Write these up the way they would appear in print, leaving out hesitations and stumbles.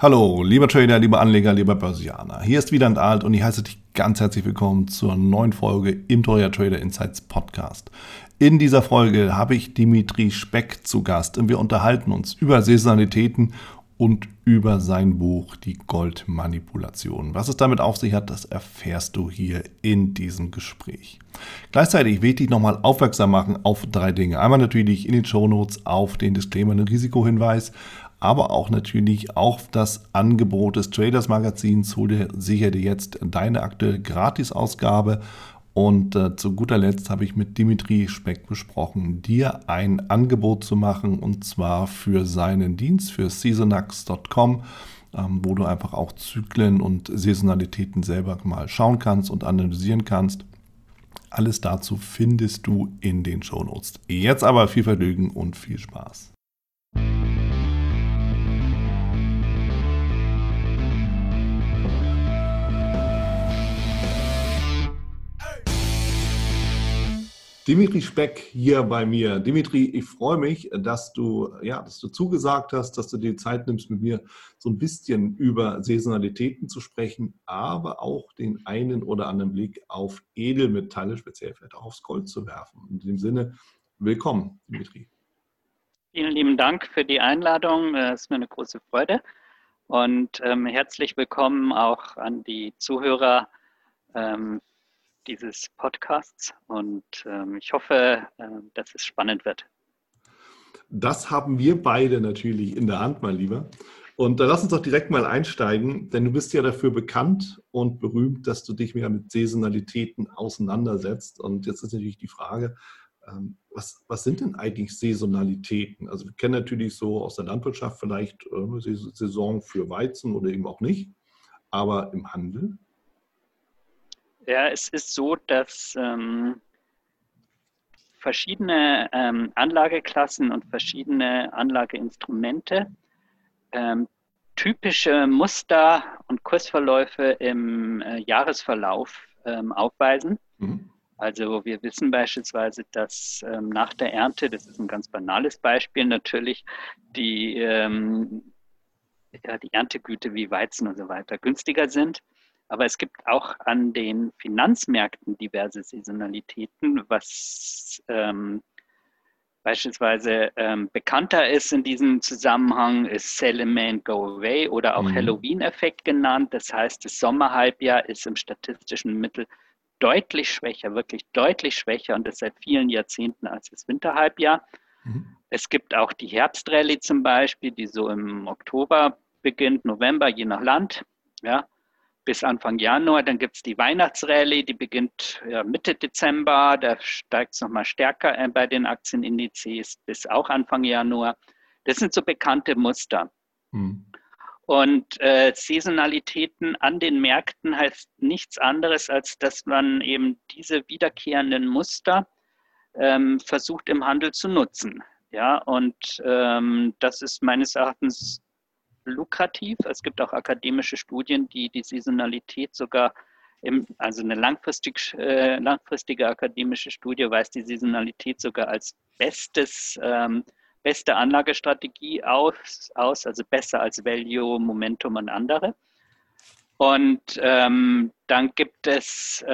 Hallo, lieber Trader, lieber Anleger, lieber Börsianer. Hier ist Wieland Alt und ich heiße dich ganz herzlich willkommen zur neuen Folge im Teuer Trader Insights Podcast. In dieser Folge habe ich Dimitri Speck zu Gast und wir unterhalten uns über Saisonalitäten und über sein Buch Die Goldmanipulation. Was es damit auf sich hat, das erfährst du hier in diesem Gespräch. Gleichzeitig will ich dich nochmal aufmerksam machen auf 3 Dinge. Einmal natürlich in den Shownotes auf den Disclaimer, den Risikohinweis, aber auch natürlich auf das Angebot des Traders Magazins. Sichere dir jetzt deine aktuelle Gratisausgabe. Und zu guter Letzt habe ich mit Dimitri Speck besprochen, dir ein Angebot zu machen, und zwar für seinen Dienst, für seasonax.com, wo du einfach auch Zyklen und Saisonalitäten selber mal schauen kannst und analysieren kannst. Alles dazu findest du in den Shownotes. Jetzt aber viel Vergnügen und viel Spaß. Dimitri Speck hier bei mir. Dimitri, ich freue mich, dass du zugesagt hast, dass du dir Zeit nimmst, mit mir so ein bisschen über Saisonalitäten zu sprechen, aber auch den einen oder anderen Blick auf Edelmetalle, speziell vielleicht auch aufs Gold zu werfen. In dem Sinne, willkommen, Dimitri. Vielen lieben Dank für die Einladung. Es ist mir eine große Freude. Und herzlich willkommen auch an die Zuhörer dieses Podcasts, und ich hoffe, dass es spannend wird. Das haben wir beide natürlich in der Hand, mein Lieber. Und lass uns doch direkt mal einsteigen, denn du bist ja dafür bekannt und berühmt, dass du dich mehr mit Saisonalitäten auseinandersetzt. Und jetzt ist natürlich die Frage, was sind denn eigentlich Saisonalitäten? Also wir kennen natürlich so aus der Landwirtschaft vielleicht Saison für Weizen oder eben auch nicht, aber im Handel? Ja, es ist so, dass verschiedene Anlageklassen und verschiedene Anlageinstrumente typische Muster und Kursverläufe im Jahresverlauf aufweisen. Mhm. Also wir wissen beispielsweise, dass nach der Ernte, das ist ein ganz banales Beispiel natürlich, die Erntegüte wie Weizen und so weiter günstiger sind. Aber es gibt auch an den Finanzmärkten diverse Saisonalitäten, was beispielsweise bekannter ist in diesem Zusammenhang, ist Sell in May and Go Away oder auch Halloween-Effekt genannt. Das heißt, das Sommerhalbjahr ist im statistischen Mittel deutlich schwächer, wirklich deutlich schwächer, und das seit vielen Jahrzehnten als das Winterhalbjahr. Es gibt auch die Herbstrallye zum Beispiel, die so im Oktober beginnt, November, je nach Land, ja, bis Anfang Januar. Dann gibt es die Weihnachtsrallye, die beginnt Mitte Dezember, da steigt es nochmal stärker bei den Aktienindizes bis auch Anfang Januar. Das sind so bekannte Muster. Und Saisonalitäten an den Märkten heißt nichts anderes, als dass man eben diese wiederkehrenden Muster versucht im Handel zu nutzen. Ja, und das ist meines Erachtens lukrativ. Es gibt auch akademische Studien, die die Saisonalität sogar, also eine langfristige akademische Studie weist die Saisonalität sogar als beste Anlagestrategie aus, also besser als Value, Momentum und andere. Und dann gibt es,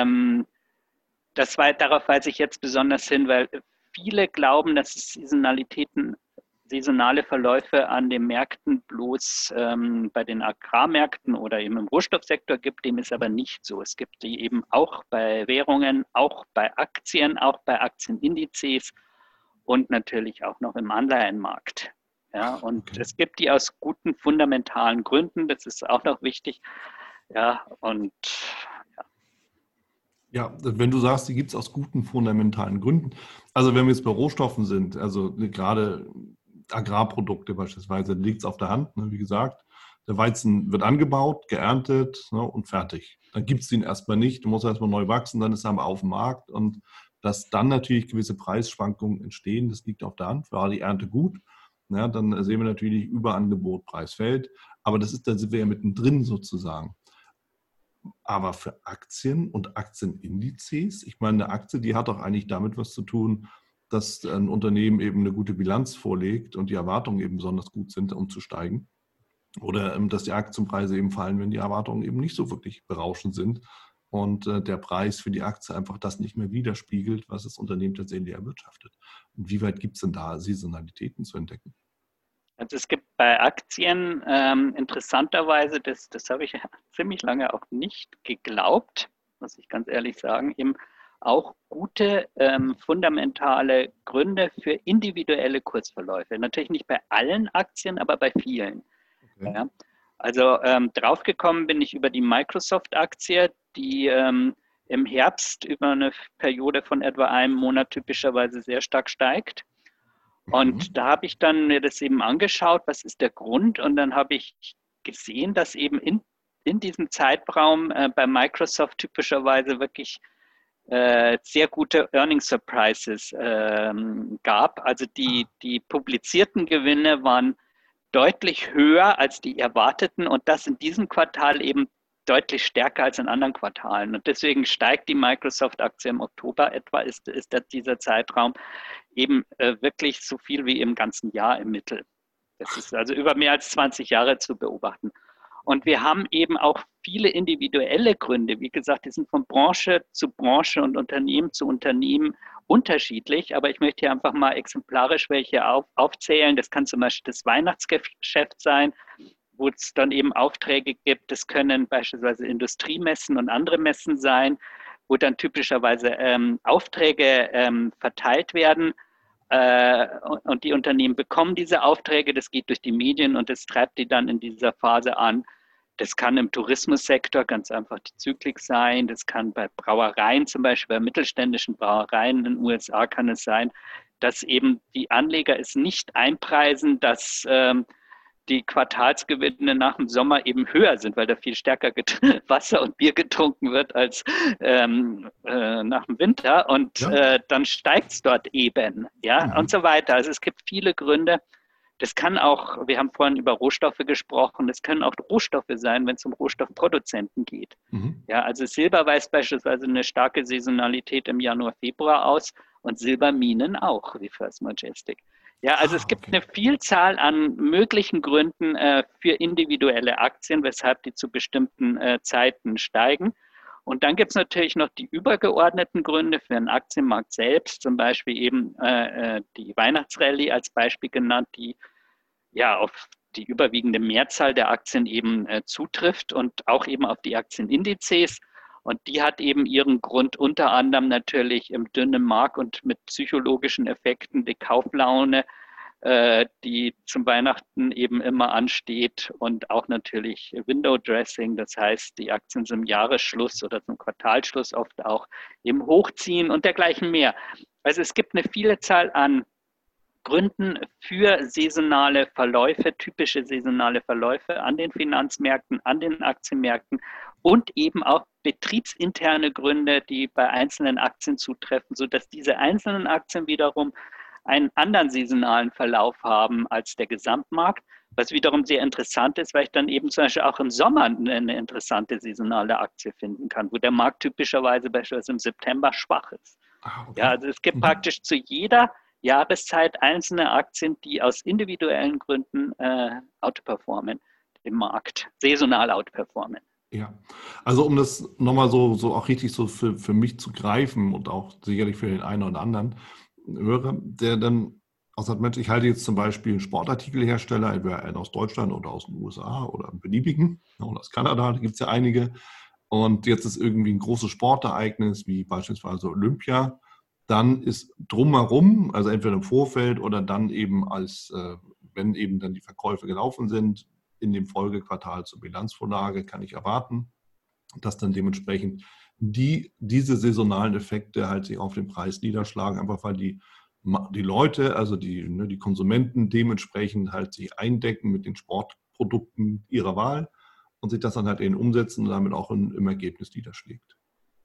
darauf weise ich jetzt besonders hin, weil viele glauben, dass es saisonale Verläufe an den Märkten bloß bei den Agrarmärkten oder eben im Rohstoffsektor gibt. Dem ist aber nicht so. Es gibt die eben auch bei Währungen, auch bei Aktien, auch bei Aktienindizes und natürlich auch noch im Anleihenmarkt. Ja, und es gibt die aus guten fundamentalen Gründen, das ist auch noch wichtig. Ja, und ja, wenn du sagst, die gibt es aus guten fundamentalen Gründen. Also wenn wir jetzt bei Rohstoffen sind, also gerade Agrarprodukte beispielsweise, liegt es auf der Hand, ne, wie gesagt. Der Weizen wird angebaut, geerntet, ne, und fertig. Dann gibt es ihn erstmal nicht, du musst erstmal neu wachsen, dann ist er aber auf dem Markt, und dass dann natürlich gewisse Preisschwankungen entstehen, das liegt auf der Hand. War die Ernte gut, ja, dann sehen wir natürlich Überangebot, Preis fällt, aber da sind wir ja mittendrin sozusagen. Aber für Aktien und Aktienindizes, ich meine, eine Aktie, die hat doch eigentlich damit was zu tun, dass ein Unternehmen eben eine gute Bilanz vorlegt und die Erwartungen eben besonders gut sind, um zu steigen. Oder dass die Aktienpreise eben fallen, wenn die Erwartungen eben nicht so wirklich berauschend sind und der Preis für die Aktie einfach das nicht mehr widerspiegelt, was das Unternehmen tatsächlich erwirtschaftet. Und wie weit gibt es denn da Saisonalitäten zu entdecken? Also es gibt bei Aktien interessanterweise, das habe ich ziemlich lange auch nicht geglaubt, muss ich ganz ehrlich sagen, eben auch gute fundamentale Gründe für individuelle Kursverläufe. Natürlich nicht bei allen Aktien, aber bei vielen. Okay. Ja. Also draufgekommen bin ich über die Microsoft-Aktie, die im Herbst über eine Periode von etwa einem Monat typischerweise sehr stark steigt. Und Mhm. da habe ich dann mir das eben angeschaut, was ist der Grund? Und dann habe ich gesehen, dass eben in diesem Zeitraum bei Microsoft typischerweise wirklich sehr gute Earnings Surprises gab. Also die publizierten Gewinne waren deutlich höher als die erwarteten und das in diesem Quartal eben deutlich stärker als in anderen Quartalen. Und deswegen steigt die Microsoft-Aktie im Oktober etwa, ist dieser Zeitraum eben wirklich so viel wie im ganzen Jahr im Mittel. Das ist also über mehr als 20 Jahre zu beobachten. Und wir haben eben auch viele individuelle Gründe. Wie gesagt, die sind von Branche zu Branche und Unternehmen zu Unternehmen unterschiedlich. Aber ich möchte hier einfach mal exemplarisch welche aufzählen. Das kann zum Beispiel das Weihnachtsgeschäft sein, wo es dann eben Aufträge gibt. Das können beispielsweise Industriemessen und andere Messen sein, wo dann typischerweise Aufträge verteilt werden. Und die Unternehmen bekommen diese Aufträge, das geht durch die Medien und das treibt die dann in dieser Phase an. Das kann im Tourismussektor ganz einfach die Zyklik sein. Das kann bei Brauereien, zum Beispiel bei mittelständischen Brauereien in den USA, kann es sein, dass eben die Anleger es nicht einpreisen, dass die Quartalsgewinne nach dem Sommer eben höher sind, weil da viel stärker Wasser und Bier getrunken wird als nach dem Winter. Und Ja. dann steigt es dort eben, ja, und Mhm. so weiter. Also es gibt viele Gründe. Das kann auch, wir haben vorhin über Rohstoffe gesprochen, das können auch Rohstoffe sein, wenn es um Rohstoffproduzenten geht. Mhm. Ja, also Silber weist beispielsweise eine starke Saisonalität im Januar, Februar aus und Silberminen auch, wie First Majestic. Ja, also es gibt Okay. eine Vielzahl an möglichen Gründen für individuelle Aktien, weshalb die zu bestimmten Zeiten steigen. Und dann gibt es natürlich noch die übergeordneten Gründe für den Aktienmarkt selbst, zum Beispiel eben die Weihnachtsrallye als Beispiel genannt, die ja auf die überwiegende Mehrzahl der Aktien eben zutrifft und auch eben auf die Aktienindizes. Und die hat eben ihren Grund unter anderem natürlich im dünnen Markt und mit psychologischen Effekten, die Kauflaune, die zum Weihnachten eben immer ansteht und auch natürlich Window Dressing, das heißt, die Aktien zum Jahresschluss oder zum Quartalsschluss oft auch eben hochziehen und dergleichen mehr. Also es gibt eine Vielzahl an Gründen für saisonale Verläufe, typische saisonale Verläufe an den Finanzmärkten, an den Aktienmärkten und eben auch betriebsinterne Gründe, die bei einzelnen Aktien zutreffen, sodass diese einzelnen Aktien wiederum einen anderen saisonalen Verlauf haben als der Gesamtmarkt, was wiederum sehr interessant ist, weil ich dann eben zum Beispiel auch im Sommer eine interessante saisonale Aktie finden kann, wo der Markt typischerweise beispielsweise im September schwach ist. Ah, Ja, okay. also es gibt Mhm. praktisch zu jeder Jahreszeit einzelne Aktien, die aus individuellen Gründen outperformen im Markt, saisonal outperformen. Ja, also um das nochmal so auch richtig so für mich zu greifen und auch sicherlich für den einen oder anderen Hörer, der dann auch sagt, Mensch, ich halte jetzt zum Beispiel einen Sportartikelhersteller, entweder einen aus Deutschland oder aus den USA oder einen beliebigen, ja, oder aus Kanada, da gibt es ja einige. Und jetzt ist irgendwie ein großes Sportereignis, wie beispielsweise Olympia. Dann ist drumherum, also entweder im Vorfeld oder dann eben wenn eben dann die Verkäufe gelaufen sind, in dem Folgequartal zur Bilanzvorlage kann ich erwarten, dass dann dementsprechend diese saisonalen Effekte halt sich auf den Preis niederschlagen, einfach weil die Leute, also die Konsumenten dementsprechend halt sich eindecken mit den Sportprodukten ihrer Wahl und sich das dann halt eben umsetzen und damit auch im Ergebnis niederschlägt.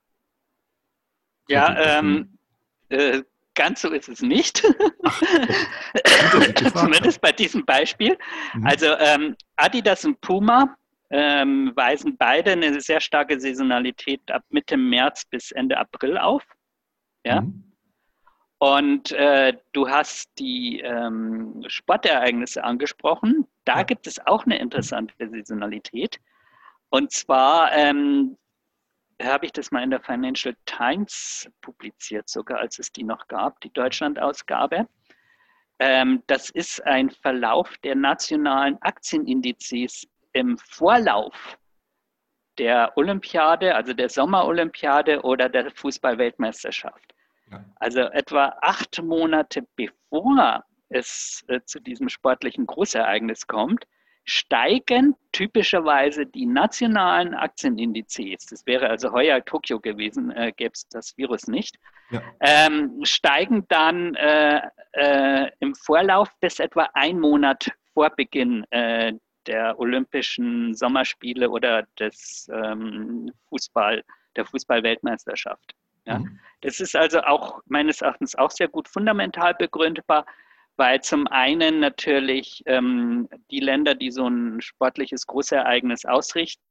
So Ja, sehe ich das denn. äh, ganz so ist es nicht. Ach, okay. Gut, dass ich gefragt habe. Zumindest bei diesem Beispiel. Mhm. Also Adidas und Puma weisen beide eine sehr starke Saisonalität ab Mitte März bis Ende April auf. Ja? Mhm. Und du hast die Sportereignisse angesprochen. Da gibt es auch eine interessante Saisonalität. Und zwar habe ich das mal in der Financial Times publiziert, sogar als es die noch gab, die Deutschland-Ausgabe. Das ist ein Verlauf der nationalen Aktienindizes im Vorlauf der Olympiade, also der Sommerolympiade oder der Fußball-Weltmeisterschaft. Ja. Also etwa 8 Monate bevor es zu diesem sportlichen Großereignis kommt, steigen typischerweise die nationalen Aktienindizes. Das wäre also heuer Tokio gewesen, gäbe es das Virus nicht. Ja. Steigen dann im Vorlauf bis etwa 1 Monat vor Beginn der Olympischen Sommerspiele oder der Fußball-Weltmeisterschaft. Ja. Das ist also auch meines Erachtens auch sehr gut fundamental begründbar, weil zum einen natürlich die Länder, die so ein sportliches Großereignis ausrichten,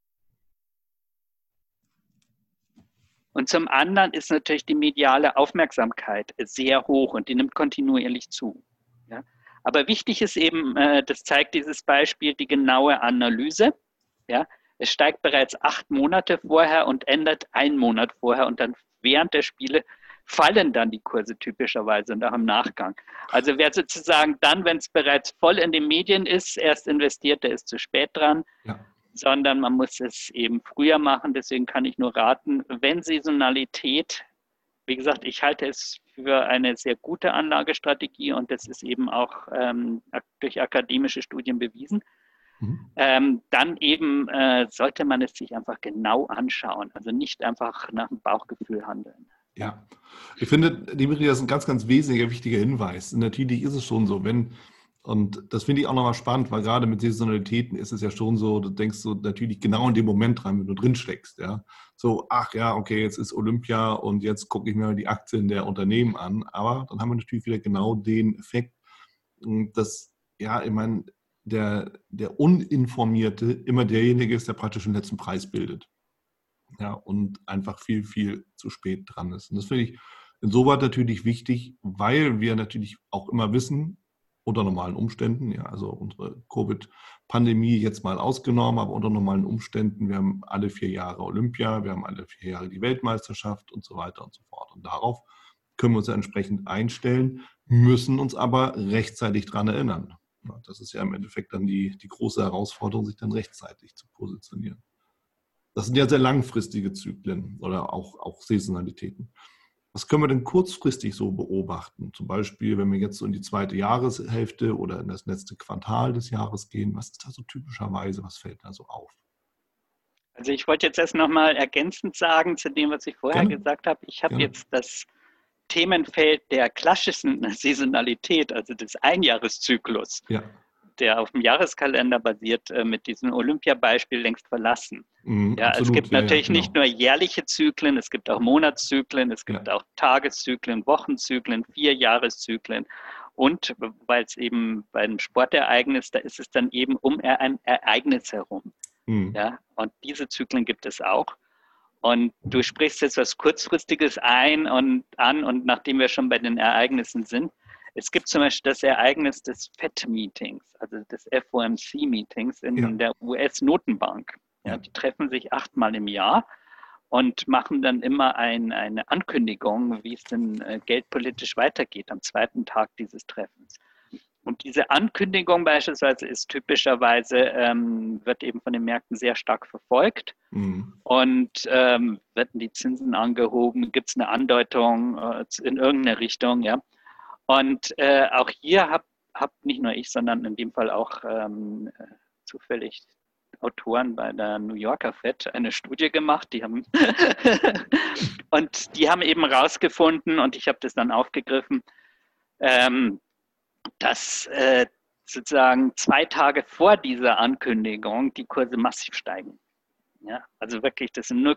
und zum anderen ist natürlich die mediale Aufmerksamkeit sehr hoch und die nimmt kontinuierlich zu. Ja. Aber wichtig ist eben, das zeigt dieses Beispiel, die genaue Analyse. Ja. Es steigt bereits 8 Monate vorher und endet 1 Monat vorher und dann während der Spiele fallen dann die Kurse typischerweise und auch im Nachgang. Also wer sozusagen dann, wenn es bereits voll in den Medien ist, erst investiert, der ist zu spät dran. Ja. Sondern man muss es eben früher machen. Deswegen kann ich nur raten, wenn Saisonalität, wie gesagt, ich halte es für eine sehr gute Anlagestrategie und das ist eben auch durch akademische Studien bewiesen, dann eben sollte man es sich einfach genau anschauen, also nicht einfach nach dem Bauchgefühl handeln. Ja, ich finde, Dimitri, das ist ein ganz, ganz wesentlicher, wichtiger Hinweis. Natürlich ist es schon so, und das finde ich auch nochmal spannend, weil gerade mit Saisonalitäten ist es ja schon so, du denkst so natürlich genau in dem Moment dran, wenn du drin steckst. Ja? So, ach ja, okay, jetzt ist Olympia und jetzt gucke ich mir mal die Aktien der Unternehmen an. Aber dann haben wir natürlich wieder genau den Effekt, dass, ja, ich meine, der Uninformierte immer derjenige ist, der praktisch den letzten Preis bildet. Ja, und einfach viel, viel zu spät dran ist. Und das finde ich insoweit natürlich wichtig, weil wir natürlich auch immer wissen, unter normalen Umständen, ja, also unsere Covid-Pandemie jetzt mal ausgenommen, aber unter normalen Umständen, wir haben alle 4 Jahre Olympia, wir haben alle 4 Jahre die Weltmeisterschaft und so weiter und so fort. Und darauf können wir uns ja entsprechend einstellen, müssen uns aber rechtzeitig dran erinnern. Ja, das ist ja im Endeffekt dann die große Herausforderung, sich dann rechtzeitig zu positionieren. Das sind ja sehr langfristige Zyklen oder auch Saisonalitäten. Was können wir denn kurzfristig so beobachten? Zum Beispiel, wenn wir jetzt so in die zweite Jahreshälfte oder in das letzte Quartal des Jahres gehen, was ist da so typischerweise, was fällt da so auf? Also ich wollte jetzt erst nochmal ergänzend sagen zu dem, was ich vorher gesagt habe. Ich habe jetzt das Themenfeld der klassischen Saisonalität, also des Einjahreszyklus, der auf dem Jahreskalender basiert, mit diesem Olympia-Beispiel längst verlassen. Ja, absolut. Es gibt natürlich nicht nur jährliche Zyklen, es gibt auch Monatszyklen, es gibt auch Tageszyklen, Wochenzyklen, 4-Jahreszyklen. Und weil es eben bei einem Sportereignis, da ist es dann eben um ein Ereignis herum. Ja, und diese Zyklen gibt es auch. Und du sprichst jetzt was Kurzfristiges an und nachdem wir schon bei den Ereignissen sind, es gibt zum Beispiel das Ereignis des FED-Meetings, also des FOMC-Meetings in der US-Notenbank. Ja, die treffen sich 8-mal im Jahr und machen dann immer eine Ankündigung, wie es denn geldpolitisch weitergeht am 2. Tag dieses Treffens. Und diese Ankündigung beispielsweise ist typischerweise, wird eben von den Märkten sehr stark verfolgt. Und werden die Zinsen angehoben, gibt es eine Andeutung in irgendeine Richtung, ja. Und auch hier hab nicht nur ich, sondern in dem Fall auch zufällig Autoren bei der New Yorker Fed eine Studie gemacht. Und die haben eben rausgefunden, und ich habe das dann aufgegriffen, dass sozusagen 2 Tage vor dieser Ankündigung die Kurse massiv steigen. Ja, also wirklich, das sind über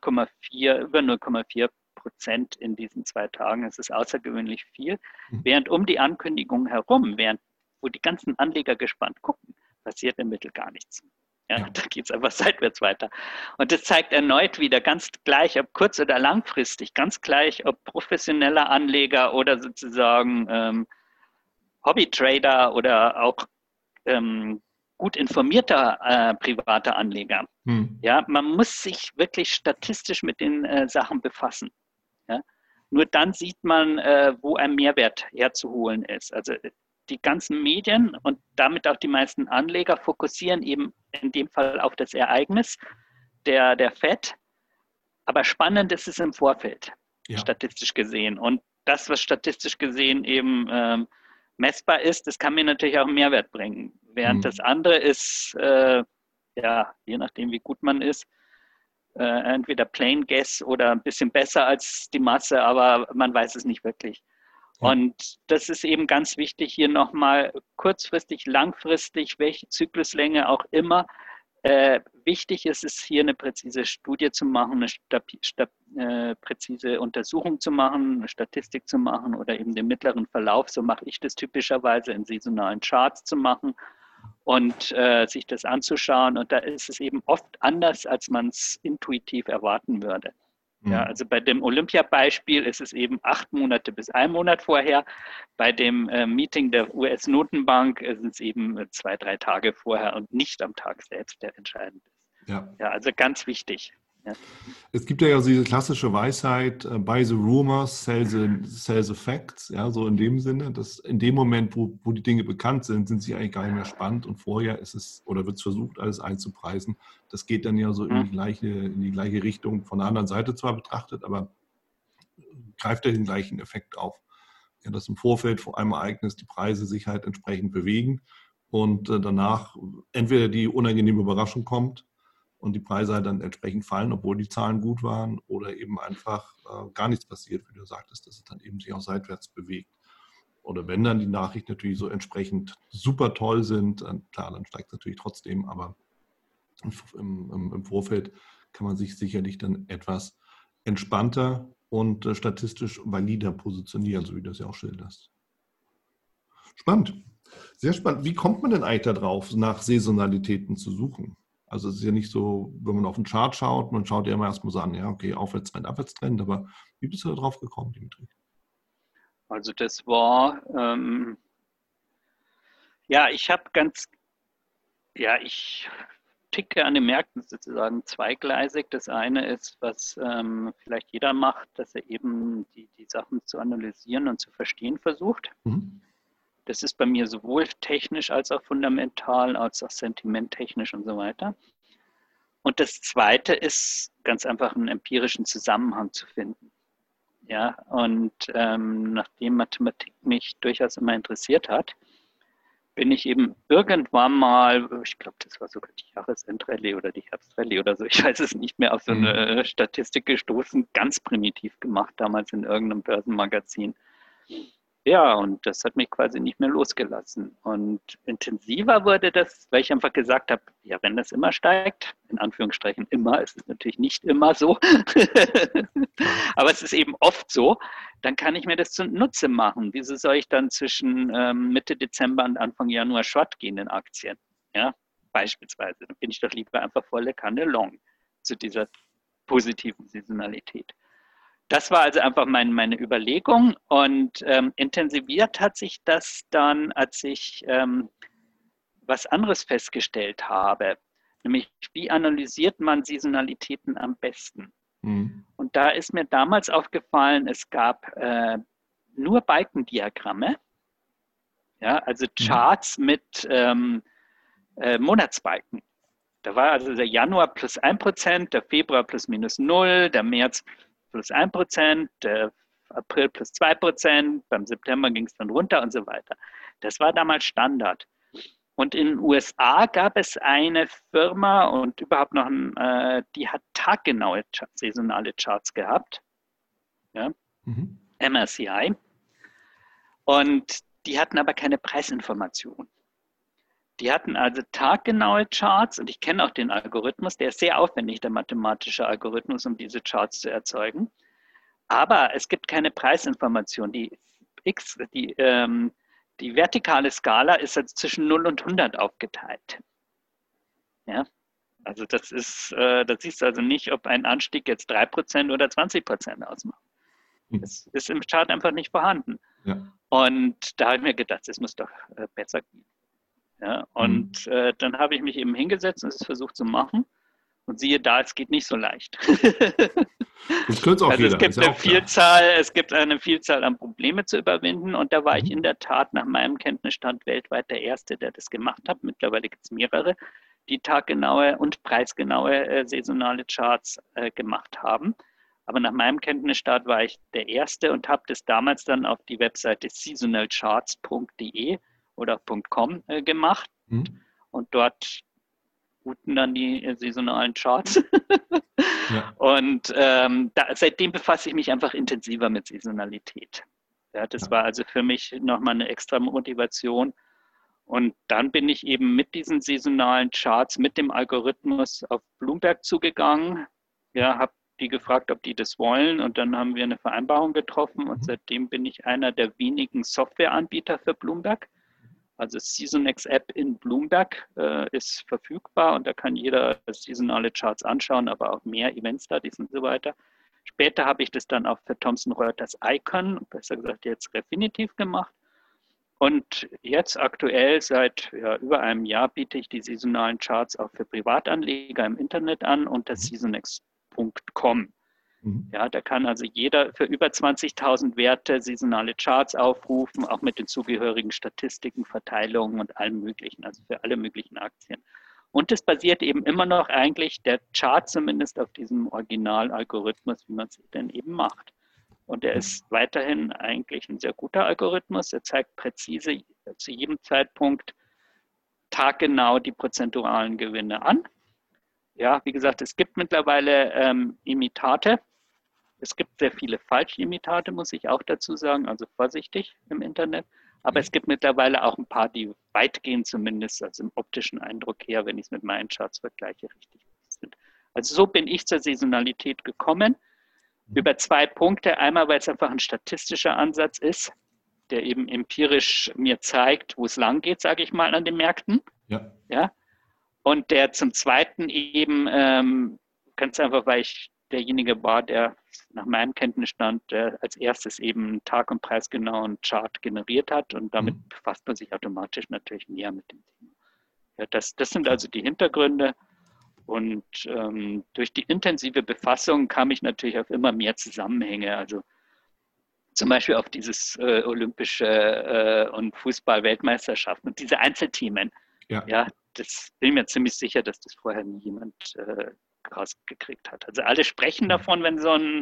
0,4% in diesen 2 Tagen. Das ist außergewöhnlich viel. Während um die Ankündigung herum, wo die ganzen Anleger gespannt gucken, passiert im Mittel gar nichts. Ja, da geht es einfach seitwärts weiter. Und das zeigt erneut wieder ganz gleich, ob kurz- oder langfristig, ganz gleich, ob professioneller Anleger oder sozusagen Hobbytrader oder auch gut informierter privater Anleger. Ja, man muss sich wirklich statistisch mit den Sachen befassen. Ja? Nur dann sieht man, wo ein Mehrwert herzuholen ist. Also die ganzen Medien und damit auch die meisten Anleger fokussieren eben in dem Fall auf das Ereignis der FED. Aber spannend ist es im Vorfeld, statistisch gesehen. Und das, was statistisch gesehen eben messbar ist, das kann mir natürlich auch einen Mehrwert bringen. Während das andere ist, je nachdem, wie gut man ist, entweder plain guess oder ein bisschen besser als die Masse, aber man weiß es nicht wirklich. Ja. Und das ist eben ganz wichtig, hier nochmal kurzfristig, langfristig, welche Zykluslänge auch immer. Wichtig ist es, hier eine präzise Studie zu machen, eine präzise Untersuchung zu machen, eine Statistik zu machen oder eben den mittleren Verlauf, so mache ich das typischerweise in saisonalen Charts zu machen und sich das anzuschauen. Und da ist es eben oft anders, als man es intuitiv erwarten würde. Ja, also bei dem Olympia-Beispiel ist es eben 8 Monate bis 1 Monat vorher. Bei dem Meeting der US-Notenbank ist es eben 2, 3 Tage vorher und nicht am Tag selbst, der entscheidend ist. Ja, also ganz wichtig. Ja. Es gibt ja diese klassische Weisheit, buy the rumors, sell the facts, ja, so in dem Sinne, dass in dem Moment, wo die Dinge bekannt sind, sind sie eigentlich gar nicht mehr spannend und vorher ist es, oder wird es versucht, alles einzupreisen. Das geht dann ja so in die gleiche Richtung, von der anderen Seite zwar betrachtet, aber greift ja den gleichen Effekt auf. Ja, dass im Vorfeld vor einem Ereignis die Preise sich halt entsprechend bewegen und danach entweder die unangenehme Überraschung kommt, und die Preise halt dann entsprechend fallen, obwohl die Zahlen gut waren oder eben einfach gar nichts passiert, wie du sagtest, dass es dann eben sich auch seitwärts bewegt. Oder wenn dann die Nachrichten natürlich so entsprechend super toll sind, klar, dann steigt es natürlich trotzdem, aber im Vorfeld kann man sich sicherlich dann etwas entspannter und statistisch valider positionieren, so wie du das ja auch schilderst. Spannend, sehr spannend. Wie kommt man denn eigentlich darauf, nach Saisonalitäten zu suchen? Also es ist ja nicht so, wenn man auf den Chart schaut, man schaut ja immer erstmal so an, ja, okay, Aufwärtstrend, Abwärtstrend, aber wie bist du da drauf gekommen, Dimitri? Also das war, ich ticke an den Märkten sozusagen zweigleisig. Das eine ist, was vielleicht jeder macht, dass er eben die Sachen zu analysieren und zu verstehen versucht. Das ist bei mir sowohl technisch als auch fundamental, als auch sentimenttechnisch und so weiter. Und das Zweite ist ganz einfach einen empirischen Zusammenhang zu finden. Ja, und nachdem Mathematik mich durchaus immer interessiert hat, bin ich eben irgendwann mal, ich glaube, das war sogar die Jahresendrallye oder die Herbstrallye oder so, ich weiß es nicht mehr, auf so eine Statistik gestoßen, ganz primitiv gemacht, damals in irgendeinem Börsenmagazin. Ja, und das hat mich quasi nicht mehr losgelassen. Und intensiver wurde das, weil ich einfach gesagt habe, ja, wenn das immer steigt, in Anführungsstrichen immer, es ist natürlich nicht immer so, aber es ist eben oft so, dann kann ich mir das zunutze machen. Wieso soll ich dann zwischen Mitte Dezember und Anfang Januar short gehen in Aktien? Ja, beispielsweise. Dann bin ich doch lieber einfach volle Kanne long zu dieser positiven Saisonalität. Das war also einfach meine Überlegung und intensiviert hat sich das dann, als ich was anderes festgestellt habe, nämlich wie analysiert man Saisonalitäten am besten. Und da ist mir damals aufgefallen, es gab nur Balkendiagramme, ja, also Charts mit Monatsbalken. Da war also der Januar plus 1%, der Februar plus minus 0, der März plus 1%, der April plus 2%, beim September ging es dann runter und so weiter. Das war damals Standard. Und in den USA gab es eine Firma und überhaupt noch, die hat taggenaue saisonale Charts gehabt, ja? MSCI. Und die hatten aber keine Preisinformation. Die hatten also taggenaue Charts und ich kenne auch den Algorithmus, der ist sehr aufwendig, der mathematische Algorithmus, um diese Charts zu erzeugen. Aber es gibt keine Preisinformation. Die vertikale Skala ist jetzt zwischen 0 und 100 aufgeteilt. Ja? Also das ist, da siehst du also nicht, ob ein Anstieg jetzt 3% oder 20% ausmacht. Das ist im Chart einfach nicht vorhanden. Ja. Und da habe ich mir gedacht, es muss doch besser gehen. Ja, und dann habe ich mich eben hingesetzt und es versucht zu machen. Und siehe da, es geht nicht so leicht. Das könnte auch Also jeder, ist ja auch klar. es gibt eine Vielzahl an Probleme zu überwinden und da war ich in der Tat nach meinem Kenntnisstand weltweit der Erste, der das gemacht hat. Mittlerweile gibt es mehrere, die taggenaue und preisgenaue saisonale Charts gemacht haben. Aber nach meinem Kenntnisstand war ich der Erste und habe das damals dann auf die Webseite seasonalcharts.de oder .com gemacht und dort routen dann die saisonalen Charts. Ja. Und seitdem befasse ich mich einfach intensiver mit Saisonalität. Ja, das war also für mich nochmal eine extra Motivation. Und dann bin ich eben mit diesen saisonalen Charts, mit dem Algorithmus auf Bloomberg zugegangen. Ja, habe die gefragt, ob die das wollen. Und dann haben wir eine Vereinbarung getroffen. Und seitdem bin ich einer der wenigen Softwareanbieter für Bloomberg. Also SeasonX App in Bloomberg ist verfügbar und da kann jeder saisonale Charts anschauen, aber auch mehr Event Studies und so weiter. Später habe ich das dann auch für Thomson Reuters Icon, besser gesagt jetzt Refinitiv gemacht. Und jetzt aktuell seit über einem Jahr biete ich die saisonalen Charts auch für Privatanleger im Internet an unter seasonx.com. Ja, da kann also jeder für über 20.000 Werte saisonale Charts aufrufen, auch mit den zugehörigen Statistiken, Verteilungen und allem Möglichen, also für alle möglichen Aktien. Und es basiert eben immer noch eigentlich der Chart zumindest auf diesem Originalalgorithmus, wie man es denn eben macht. Und er ist weiterhin eigentlich ein sehr guter Algorithmus. Er zeigt präzise zu jedem Zeitpunkt taggenau die prozentualen Gewinne an. Ja, wie gesagt, es gibt mittlerweile Imitate. Es gibt sehr viele Falschimitate, muss ich auch dazu sagen, also vorsichtig im Internet. Aber es gibt mittlerweile auch ein paar, die weitgehend zumindest, also im optischen Eindruck her, wenn ich es mit meinen Charts vergleiche, richtig sind. Also so bin ich zur Saisonalität gekommen. Über 2 Punkte. Einmal, weil es einfach ein statistischer Ansatz ist, der eben empirisch mir zeigt, wo es lang geht, sage ich mal, an den Märkten. Ja. Und der zum Zweiten eben ganz einfach, weil ich derjenige war, der nach meinem Kenntnisstand als erstes eben Tag- und preisgenauen Chart generiert hat und damit befasst man sich automatisch natürlich näher mit dem Thema. Ja, das sind also die Hintergründe und durch die intensive Befassung kam ich natürlich auf immer mehr Zusammenhänge, also zum Beispiel auf dieses olympische und Fußball-Weltmeisterschaften und diese Einzelthemen. Ja, das bin mir ziemlich sicher, dass das vorher nie jemand rausgekriegt hat. Also alle sprechen davon, wenn so ein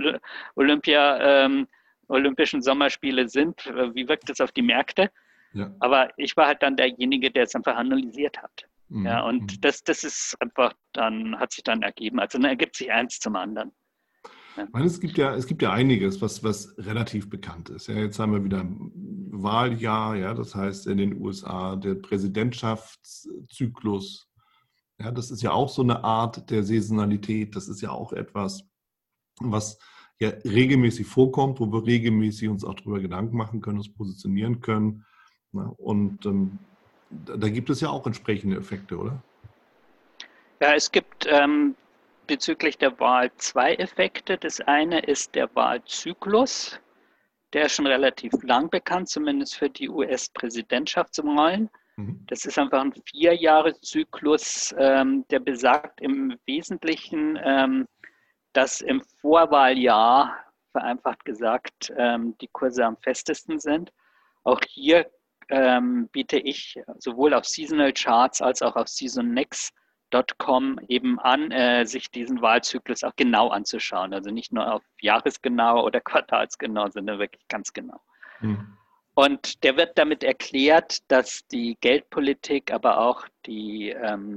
Olympischen Sommerspiele sind, wie wirkt das auf die Märkte? Ja. Aber ich war halt dann derjenige, der es einfach analysiert hat. Ja, und das ist einfach dann, hat sich dann ergeben. Also dann ergibt sich eins zum anderen. Ja. Ich meine, es gibt ja einiges, was relativ bekannt ist. Ja, jetzt haben wir wieder ein Wahljahr, ja, das heißt in den USA der Präsidentschaftszyklus. Ja, das ist ja auch so eine Art der Saisonalität. Das ist ja auch etwas, was ja regelmäßig vorkommt, wo wir regelmäßig uns auch darüber Gedanken machen können, uns positionieren können. Ja, und da gibt es ja auch entsprechende Effekte, oder? Ja, es gibt bezüglich der Wahl 2 Effekte. Das eine ist der Wahlzyklus. Der ist schon relativ lang bekannt, zumindest für die US-Präsidentschaftswahlen. Das ist einfach ein 4-Jahres-Zyklus, der besagt im Wesentlichen, dass im Vorwahljahr, vereinfacht gesagt, die Kurse am festesten sind. Auch hier biete ich sowohl auf Seasonal Charts als auch auf SeasonX.com eben an, sich diesen Wahlzyklus auch genau anzuschauen. Also nicht nur auf Jahresgenau oder Quartalsgenau, sondern wirklich ganz genau. Und der wird damit erklärt, dass die Geldpolitik, aber auch die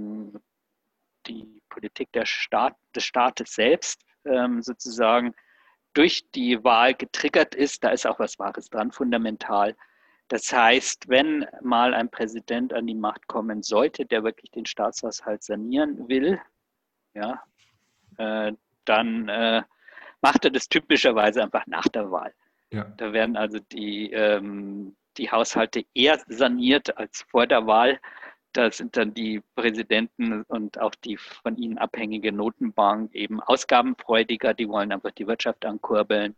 Politik des Staates selbst sozusagen durch die Wahl getriggert ist. Da ist auch was Wahres dran, fundamental. Das heißt, wenn mal ein Präsident an die Macht kommen sollte, der wirklich den Staatshaushalt sanieren will, ja, dann macht er das typischerweise einfach nach der Wahl. Ja. Da werden also die Haushalte eher saniert als vor der Wahl. Da sind dann die Präsidenten und auch die von ihnen abhängige Notenbank eben ausgabenfreudiger. Die wollen einfach die Wirtschaft ankurbeln.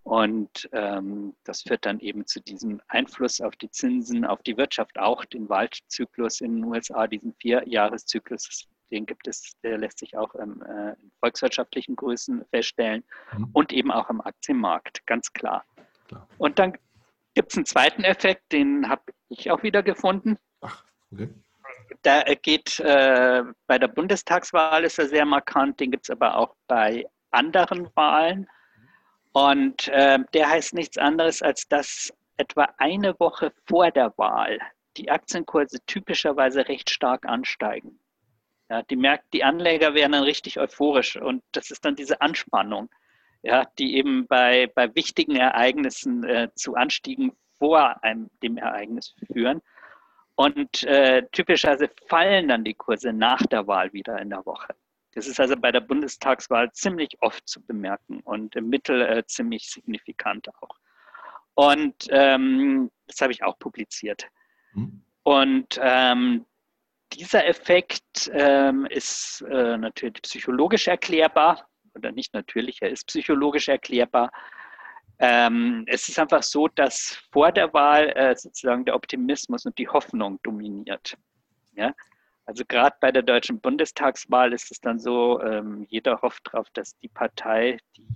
Und das führt dann eben zu diesem Einfluss auf die Zinsen, auf die Wirtschaft auch, den Wahlzyklus in den USA, diesen 4-Jahres-Zyklus, den gibt es, der lässt sich auch in volkswirtschaftlichen Größen feststellen und eben auch im Aktienmarkt, ganz klar. Und dann gibt es einen zweiten Effekt, den habe ich auch wieder gefunden. Ach, okay. Da geht bei der Bundestagswahl ist er sehr markant, den gibt es aber auch bei anderen Wahlen. Und der heißt nichts anderes, als dass etwa eine Woche vor der Wahl die Aktienkurse typischerweise recht stark ansteigen. Ja, die Anleger werden dann richtig euphorisch und das ist dann diese Anspannung, ja, die eben bei wichtigen Ereignissen zu Anstiegen vor dem Ereignis führen. Und typischerweise fallen dann die Kurse nach der Wahl wieder in der Woche. Das ist also bei der Bundestagswahl ziemlich oft zu bemerken und im Mittel ziemlich signifikant auch. Und das habe ich auch publiziert. Und dieser Effekt ist natürlich psychologisch erklärbar, oder nicht natürlich, er ist psychologisch erklärbar. Es ist einfach so, dass vor der Wahl sozusagen der Optimismus und die Hoffnung dominiert. Ja? Also gerade bei der deutschen Bundestagswahl ist es dann so, jeder hofft darauf, dass die Partei,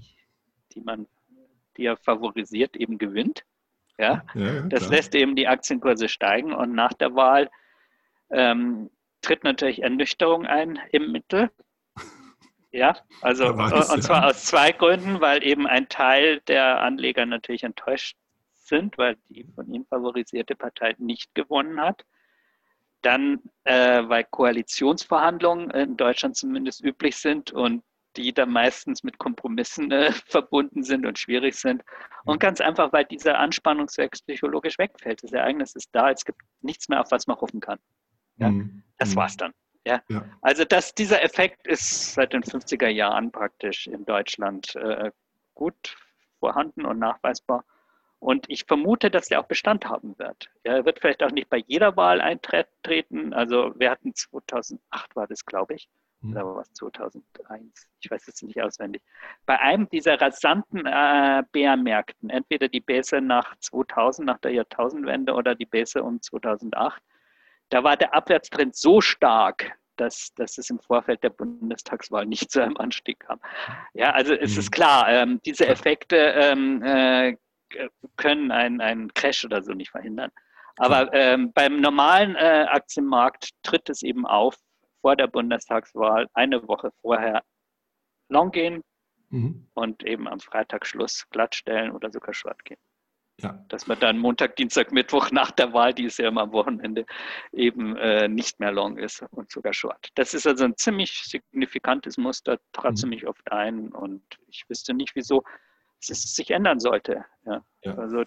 die er favorisiert, eben gewinnt. Ja? Das lässt eben die Aktienkurse steigen und nach der Wahl tritt natürlich Ernüchterung ein im Mittel. Ja, also und zwar aus zwei Gründen, weil eben ein Teil der Anleger natürlich enttäuscht sind, weil die von ihnen favorisierte Partei nicht gewonnen hat. Dann, weil Koalitionsverhandlungen in Deutschland zumindest üblich sind und die dann meistens mit Kompromissen verbunden sind und schwierig sind. Und ganz einfach, weil dieser Anspannungswert psychologisch wegfällt. Das Ereignis ist da, es gibt nichts mehr, auf was man hoffen kann. Ja? Das war's dann. Ja? Also dieser Effekt ist seit den 50er Jahren praktisch in Deutschland gut vorhanden und nachweisbar. Und ich vermute, dass der auch Bestand haben wird. Er wird vielleicht auch nicht bei jeder Wahl eintreten. Also wir hatten 2008 war das, glaube ich. Oder war es 2001? Ich weiß es nicht auswendig. Bei einem dieser rasanten Bärmärkten, entweder die Bässe nach 2000, nach der Jahrtausendwende oder die Bässe um 2008, da war der Abwärtstrend so stark, dass es im Vorfeld der Bundestagswahl nicht zu einem Anstieg kam. Ja, also es ist klar, diese Effekte können einen Crash oder so nicht verhindern. Aber beim normalen Aktienmarkt tritt es eben auf, vor der Bundestagswahl eine Woche vorher long gehen und eben am Freitag Schluss glattstellen oder sogar short gehen. Ja. Dass man dann Montag, Dienstag, Mittwoch nach der Wahl, die ist ja immer am Wochenende, eben nicht mehr long ist und sogar short. Das ist also ein ziemlich signifikantes Muster, trat ziemlich oft ein und ich wüsste nicht, wieso es sich ändern sollte. Ja. Also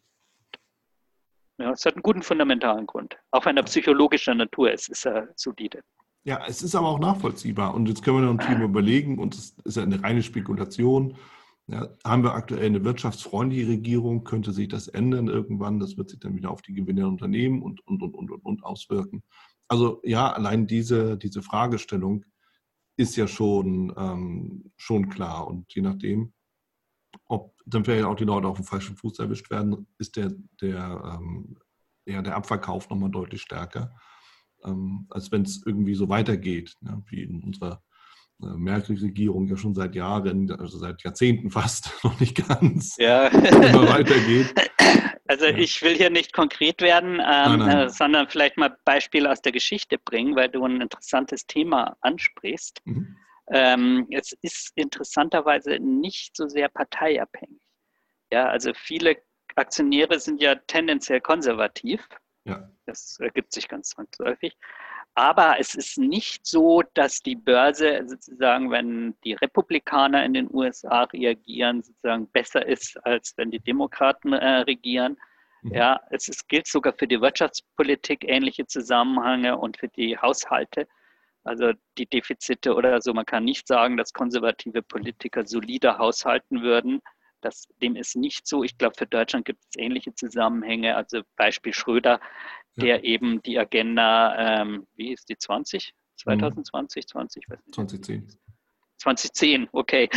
es hat einen guten fundamentalen Grund. Auch wenn er psychologischer Natur ist er solide. Ja, es ist aber auch nachvollziehbar. Und jetzt können wir natürlich mal überlegen, und es ist ja eine reine Spekulation, ja, haben wir aktuell eine wirtschaftsfreundliche Regierung, könnte sich das ändern irgendwann, das wird sich dann wieder auf die Gewinne der Unternehmen und auswirken. Also ja, allein diese Fragestellung ist ja schon klar. Und je nachdem, ob dann vielleicht auch die Leute auf dem falschen Fuß erwischt werden, ist der Abverkauf nochmal deutlich stärker, als wenn es irgendwie so weitergeht, ne, wie in unserer Merkel-Regierung ja schon seit Jahren, also seit Jahrzehnten fast, noch nicht ganz, immer weitergeht. Also ich will hier nicht konkret werden, sondern vielleicht mal Beispiele aus der Geschichte bringen, weil du ein interessantes Thema ansprichst. Es ist interessanterweise nicht so sehr parteiabhängig. Ja, also viele Aktionäre sind ja tendenziell konservativ. Ja. Das ergibt sich ganz zwangsläufig. Aber es ist nicht so, dass die Börse sozusagen, wenn die Republikaner in den USA reagieren, sozusagen besser ist, als wenn die Demokraten regieren. Ja, gilt sogar für die Wirtschaftspolitik ähnliche Zusammenhänge und für die Haushalte. Also die Defizite oder so. Man kann nicht sagen, dass konservative Politiker solider haushalten würden. Dem ist nicht so. Ich glaube, für Deutschland gibt es ähnliche Zusammenhänge. Also Beispiel Schröder, der eben die Agenda, wie ist die, 2020, 20? 2010. 2010, okay.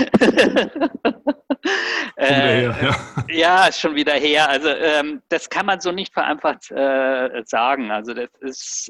Schon wieder her, ja. Ja, ist schon wieder her. Also das kann man so nicht vereinfacht sagen. Also das ist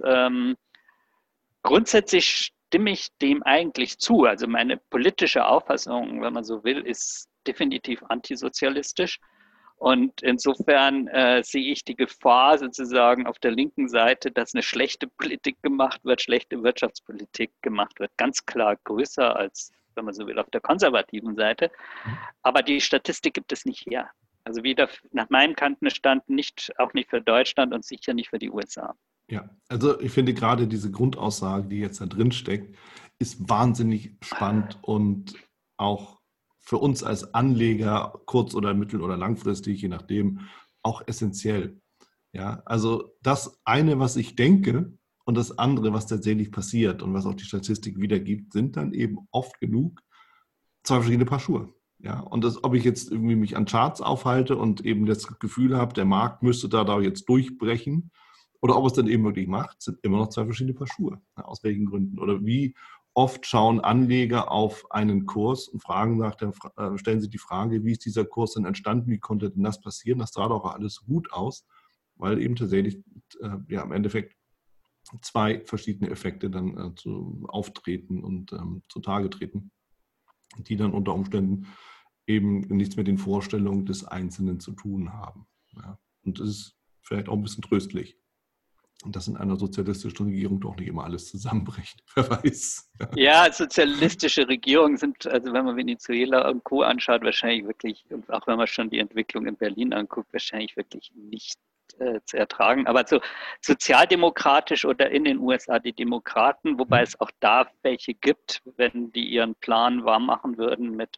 grundsätzlich stimme ich dem eigentlich zu. Also meine politische Auffassung, wenn man so will, ist definitiv antisozialistisch. Und insofern sehe ich die Gefahr sozusagen auf der linken Seite, dass eine schlechte Politik gemacht wird, schlechte Wirtschaftspolitik gemacht wird, ganz klar größer als, wenn man so will, auf der konservativen Seite. Aber die Statistik gibt es nicht her. Also wieder nach meinem Kenntnisstand nicht, auch nicht für Deutschland und sicher nicht für die USA. Ja, also ich finde gerade diese Grundaussage, die jetzt da drin steckt, ist wahnsinnig spannend und auch für uns als Anleger kurz- oder mittel- oder langfristig, je nachdem, auch essentiell. Ja, also das eine, was ich denke und das andere, was tatsächlich passiert und was auch die Statistik wiedergibt, sind dann eben oft genug zwei verschiedene Paar Schuhe. Ja, und das, ob ich jetzt irgendwie mich an Charts aufhalte und eben das Gefühl habe, der Markt müsste da jetzt durchbrechen, oder ob es dann eben wirklich macht, sind immer noch zwei verschiedene Paar Schuhe. Ja, aus welchen Gründen? Oder wie oft schauen Anleger auf einen Kurs und stellen sich die Frage, wie ist dieser Kurs denn entstanden? Wie konnte denn das passieren? Das sah doch alles gut aus, weil eben tatsächlich im Endeffekt zwei verschiedene Effekte dann auftreten und zutage treten, die dann unter Umständen eben nichts mit den Vorstellungen des Einzelnen zu tun haben. Ja. Und das ist vielleicht auch ein bisschen tröstlich. Und dass in einer sozialistischen Regierung doch nicht immer alles zusammenbricht. Wer weiß. Ja, sozialistische Regierungen sind, also wenn man Venezuela und Co. anschaut, wahrscheinlich wirklich, und auch wenn man schon die Entwicklung in Berlin anguckt, wahrscheinlich wirklich nicht zu ertragen. Aber so sozialdemokratisch oder in den USA die Demokraten, wobei es auch da welche gibt, wenn die ihren Plan wahr machen würden mit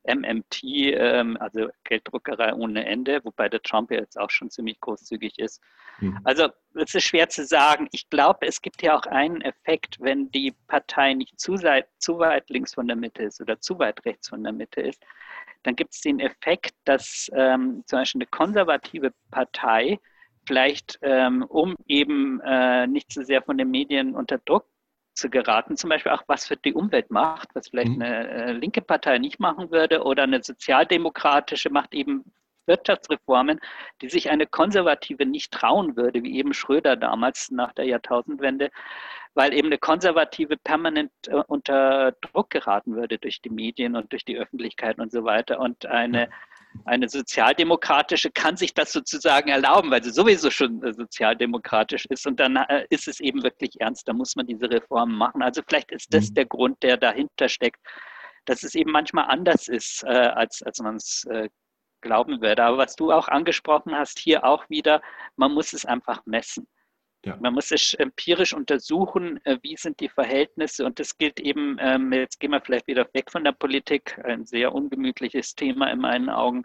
MMT, also Gelddruckerei ohne Ende, wobei der Trump ja jetzt auch schon ziemlich großzügig ist. Also es ist schwer zu sagen. Ich glaube, es gibt ja auch einen Effekt, wenn die Partei nicht zu weit links von der Mitte ist oder zu weit rechts von der Mitte ist, dann gibt es den Effekt, dass zum Beispiel eine konservative Partei vielleicht, um eben nicht so sehr von den Medien unter Druck zu geraten, zum Beispiel auch was für die Umwelt macht, was vielleicht eine linke Partei nicht machen würde oder eine sozialdemokratische macht eben Wirtschaftsreformen, die sich eine konservative nicht trauen würde, wie eben Schröder damals nach der Jahrtausendwende, weil eben eine konservative permanent unter Druck geraten würde durch die Medien und durch die Öffentlichkeit und so weiter. Und eine sozialdemokratische kann sich das sozusagen erlauben, weil sie sowieso schon sozialdemokratisch ist. Und dann ist es eben wirklich ernst, da muss man diese Reformen machen. Also vielleicht ist das der Grund, der dahinter steckt, dass es eben manchmal anders ist, als man es glauben würde. Aber was du auch angesprochen hast, hier auch wieder, man muss es einfach messen. Ja. Man muss es empirisch untersuchen, wie sind die Verhältnisse. Und das gilt eben, jetzt gehen wir vielleicht wieder weg von der Politik, ein sehr ungemütliches Thema in meinen Augen.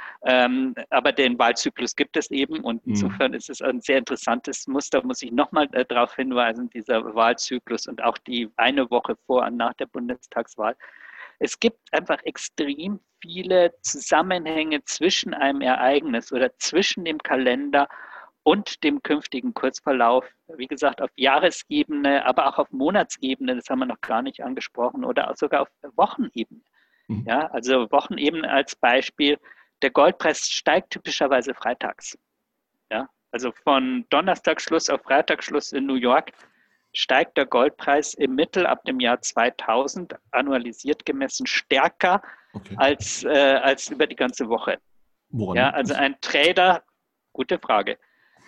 Aber den Wahlzyklus gibt es eben und insofern ist es ein sehr interessantes Muster, muss ich nochmal darauf hinweisen, dieser Wahlzyklus und auch die eine Woche vor und nach der Bundestagswahl. Es gibt einfach extrem viele Zusammenhänge zwischen einem Ereignis oder zwischen dem Kalender und dem künftigen Kurzverlauf, wie gesagt, auf Jahresebene, aber auch auf Monatsebene, das haben wir noch gar nicht angesprochen, oder auch sogar auf Wochenebene. Ja, also Wochenebene als Beispiel, der Goldpreis steigt typischerweise freitags. Ja, also von Donnerstagsschluss auf Freitagsschluss in New York steigt der Goldpreis im Mittel ab dem Jahr 2000 annualisiert gemessen stärker als über die ganze Woche. Ja, also ein Trader, gute Frage.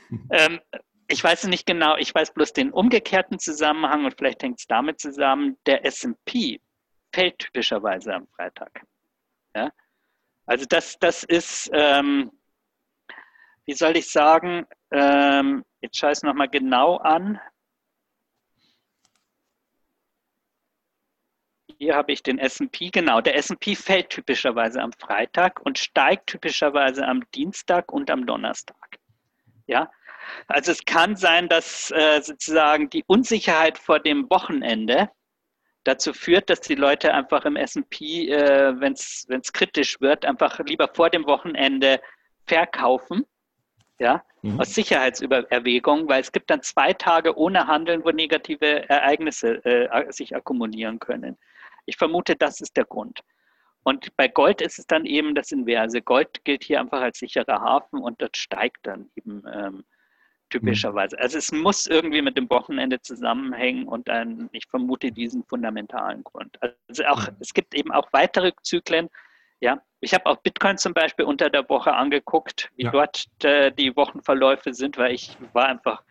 Ich weiß es nicht genau, ich weiß bloß den umgekehrten Zusammenhang und vielleicht hängt es damit zusammen, der S&P fällt typischerweise am Freitag. Ja? Also das ist, wie soll ich sagen, jetzt schaue ich es nochmal genau an. Hier habe ich den S&P, genau. Der S&P fällt typischerweise am Freitag und steigt typischerweise am Dienstag und am Donnerstag. Ja, also es kann sein, dass sozusagen die Unsicherheit vor dem Wochenende dazu führt, dass die Leute einfach im S&P, wenn es kritisch wird, einfach lieber vor dem Wochenende verkaufen, ja, aus Sicherheitserwägungen, weil es gibt dann 2 Tage ohne Handeln, wo negative Ereignisse sich akkumulieren können. Ich vermute, das ist der Grund. Und bei Gold ist es dann eben das Inverse. Gold gilt hier einfach als sicherer Hafen und das steigt dann eben typischerweise. Also es muss irgendwie mit dem Wochenende zusammenhängen und ich vermute diesen fundamentalen Grund. Also auch, es gibt eben auch weitere Zyklen. Ja, ich habe auch Bitcoin zum Beispiel unter der Woche angeguckt, wie dort die Wochenverläufe sind, weil ich war einfach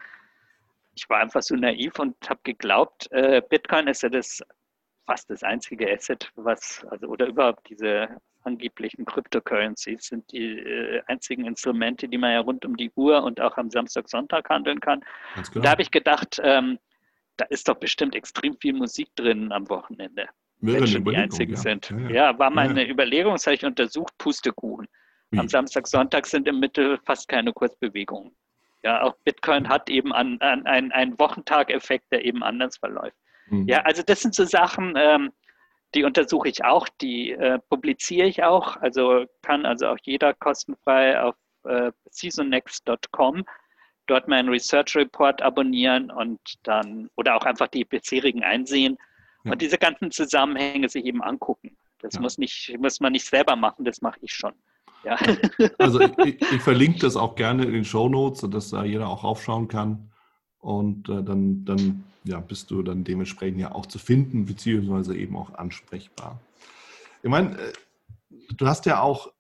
so naiv und habe geglaubt, Bitcoin ist ja fast das einzige Asset, oder überhaupt diese angeblichen Cryptocurrencies sind die einzigen Instrumente, die man ja rund um die Uhr und auch am Samstag, Sonntag handeln kann. Ganz genau. Da habe ich gedacht, da ist doch bestimmt extrem viel Musik drin am Wochenende, wenn schon die einzigen sind. Ja, war meine Überlegung, das habe ich untersucht, Pustekuchen. Am Samstag, Sonntag sind im Mittel fast keine Kursbewegungen. Ja, auch Bitcoin hat eben einen Wochentag-Effekt, der eben anders verläuft. Ja, also das sind so Sachen, die untersuche ich auch, die publiziere ich auch, also kann also auch jeder kostenfrei auf seasonnext.com dort meinen Research Report abonnieren und dann, oder auch einfach die bisherigen einsehen und diese ganzen Zusammenhänge sich eben angucken. Das muss man nicht selber machen, das mache ich schon. Ja. Also ich verlinke das auch gerne in den Shownotes, sodass da jeder auch raufschauen kann. Und dann bist du dann dementsprechend ja auch zu finden, beziehungsweise eben auch ansprechbar. Ich meine, du hast ja auch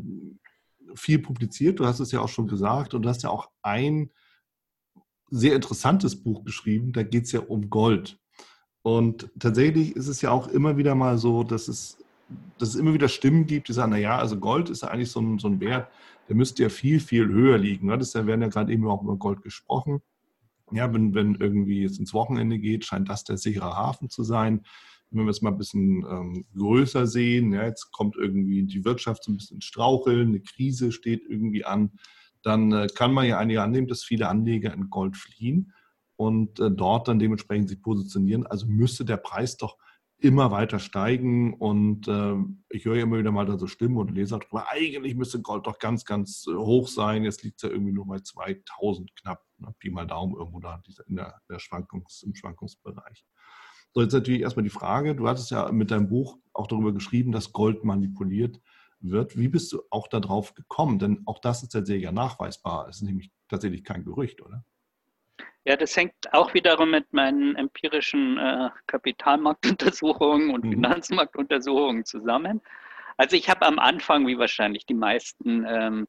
viel publiziert, du hast es ja auch schon gesagt, und du hast ja auch ein sehr interessantes Buch geschrieben, da geht es ja um Gold. Und tatsächlich ist es ja auch immer wieder mal so, dass es immer wieder Stimmen gibt, die sagen, naja, also Gold ist ja eigentlich so ein Wert, der müsste ja viel, viel höher liegen. Ne? Da werden ja gerade eben auch über Gold gesprochen. Ja, wenn irgendwie jetzt ins Wochenende geht, scheint das der sichere Hafen zu sein. Wenn wir es mal ein bisschen größer sehen, ja, jetzt kommt irgendwie die Wirtschaft so ein bisschen ins Straucheln, eine Krise steht irgendwie an, dann kann man ja eigentlich annehmen, dass viele Anleger in Gold fliehen und dort dann dementsprechend sich positionieren. Also müsste der Preis doch immer weiter steigen und ich höre immer wieder mal da so Stimmen und lese darüber, eigentlich müsste Gold doch ganz, ganz hoch sein. Jetzt liegt es ja irgendwie nur bei 2000 knapp, ne, Pi mal Daumen irgendwo da im Schwankungsbereich. So, jetzt natürlich erstmal die Frage, du hattest ja mit deinem Buch auch darüber geschrieben, dass Gold manipuliert wird. Wie bist du auch darauf gekommen? Denn auch das ist tatsächlich ja nachweisbar. Es ist nämlich tatsächlich kein Gerücht, oder? Ja, das hängt auch wiederum mit meinen empirischen Kapitalmarktuntersuchungen und Finanzmarktuntersuchungen zusammen. Also ich habe am Anfang, wie wahrscheinlich die meisten,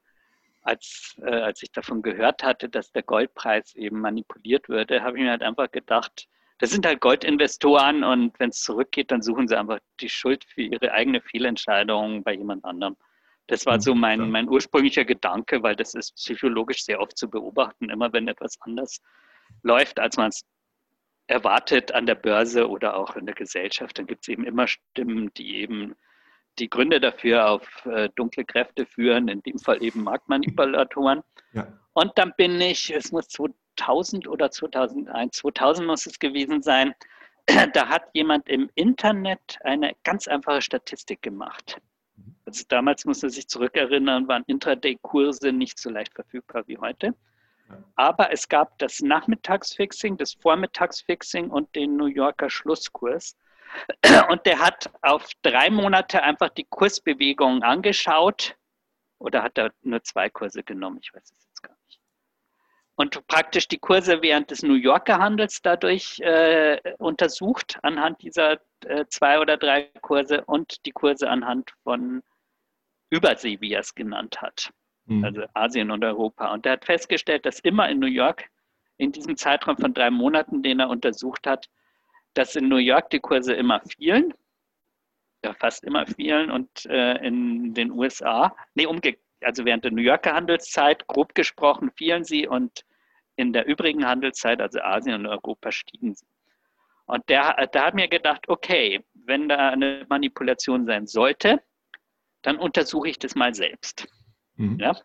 als ich davon gehört hatte, dass der Goldpreis eben manipuliert würde, habe ich mir halt einfach gedacht, das sind halt Goldinvestoren und wenn es zurückgeht, dann suchen sie einfach die Schuld für ihre eigene Fehlentscheidung bei jemand anderem. Das war so mein ursprünglicher Gedanke, weil das ist psychologisch sehr oft zu beobachten, immer wenn etwas anders läuft, als man es erwartet an der Börse oder auch in der Gesellschaft, dann gibt es eben immer Stimmen, die eben die Gründe dafür auf dunkle Kräfte führen, in dem Fall eben Marktmanipulatoren. Ja. Und dann bin ich, es muss 2000 oder 2001, 2000 muss es gewesen sein, da hat jemand im Internet eine ganz einfache Statistik gemacht. Also damals, muss man sich zurückerinnern, waren Intraday-Kurse nicht so leicht verfügbar wie heute. Aber es gab das Nachmittagsfixing, das Vormittagsfixing und den New Yorker Schlusskurs. Und der hat auf 3 Monate einfach die Kursbewegungen angeschaut. Oder hat er nur 2 Kurse genommen? Ich weiß es jetzt gar nicht. Und praktisch die Kurse während des New Yorker Handels dadurch untersucht, anhand dieser 2 oder 3 Kurse und die Kurse anhand von Übersee, wie er es genannt hat. Also Asien und Europa. Und er hat festgestellt, dass immer in New York, in diesem Zeitraum von 3 Monaten, den er untersucht hat, dass in New York die Kurse immer fielen, ja fast immer fielen, und in den USA, also während der New Yorker Handelszeit, grob gesprochen, fielen sie und in der übrigen Handelszeit, also Asien und Europa, stiegen sie. Und da hat mir gedacht, okay, wenn da eine Manipulation sein sollte, dann untersuche ich das mal selbst. Ja?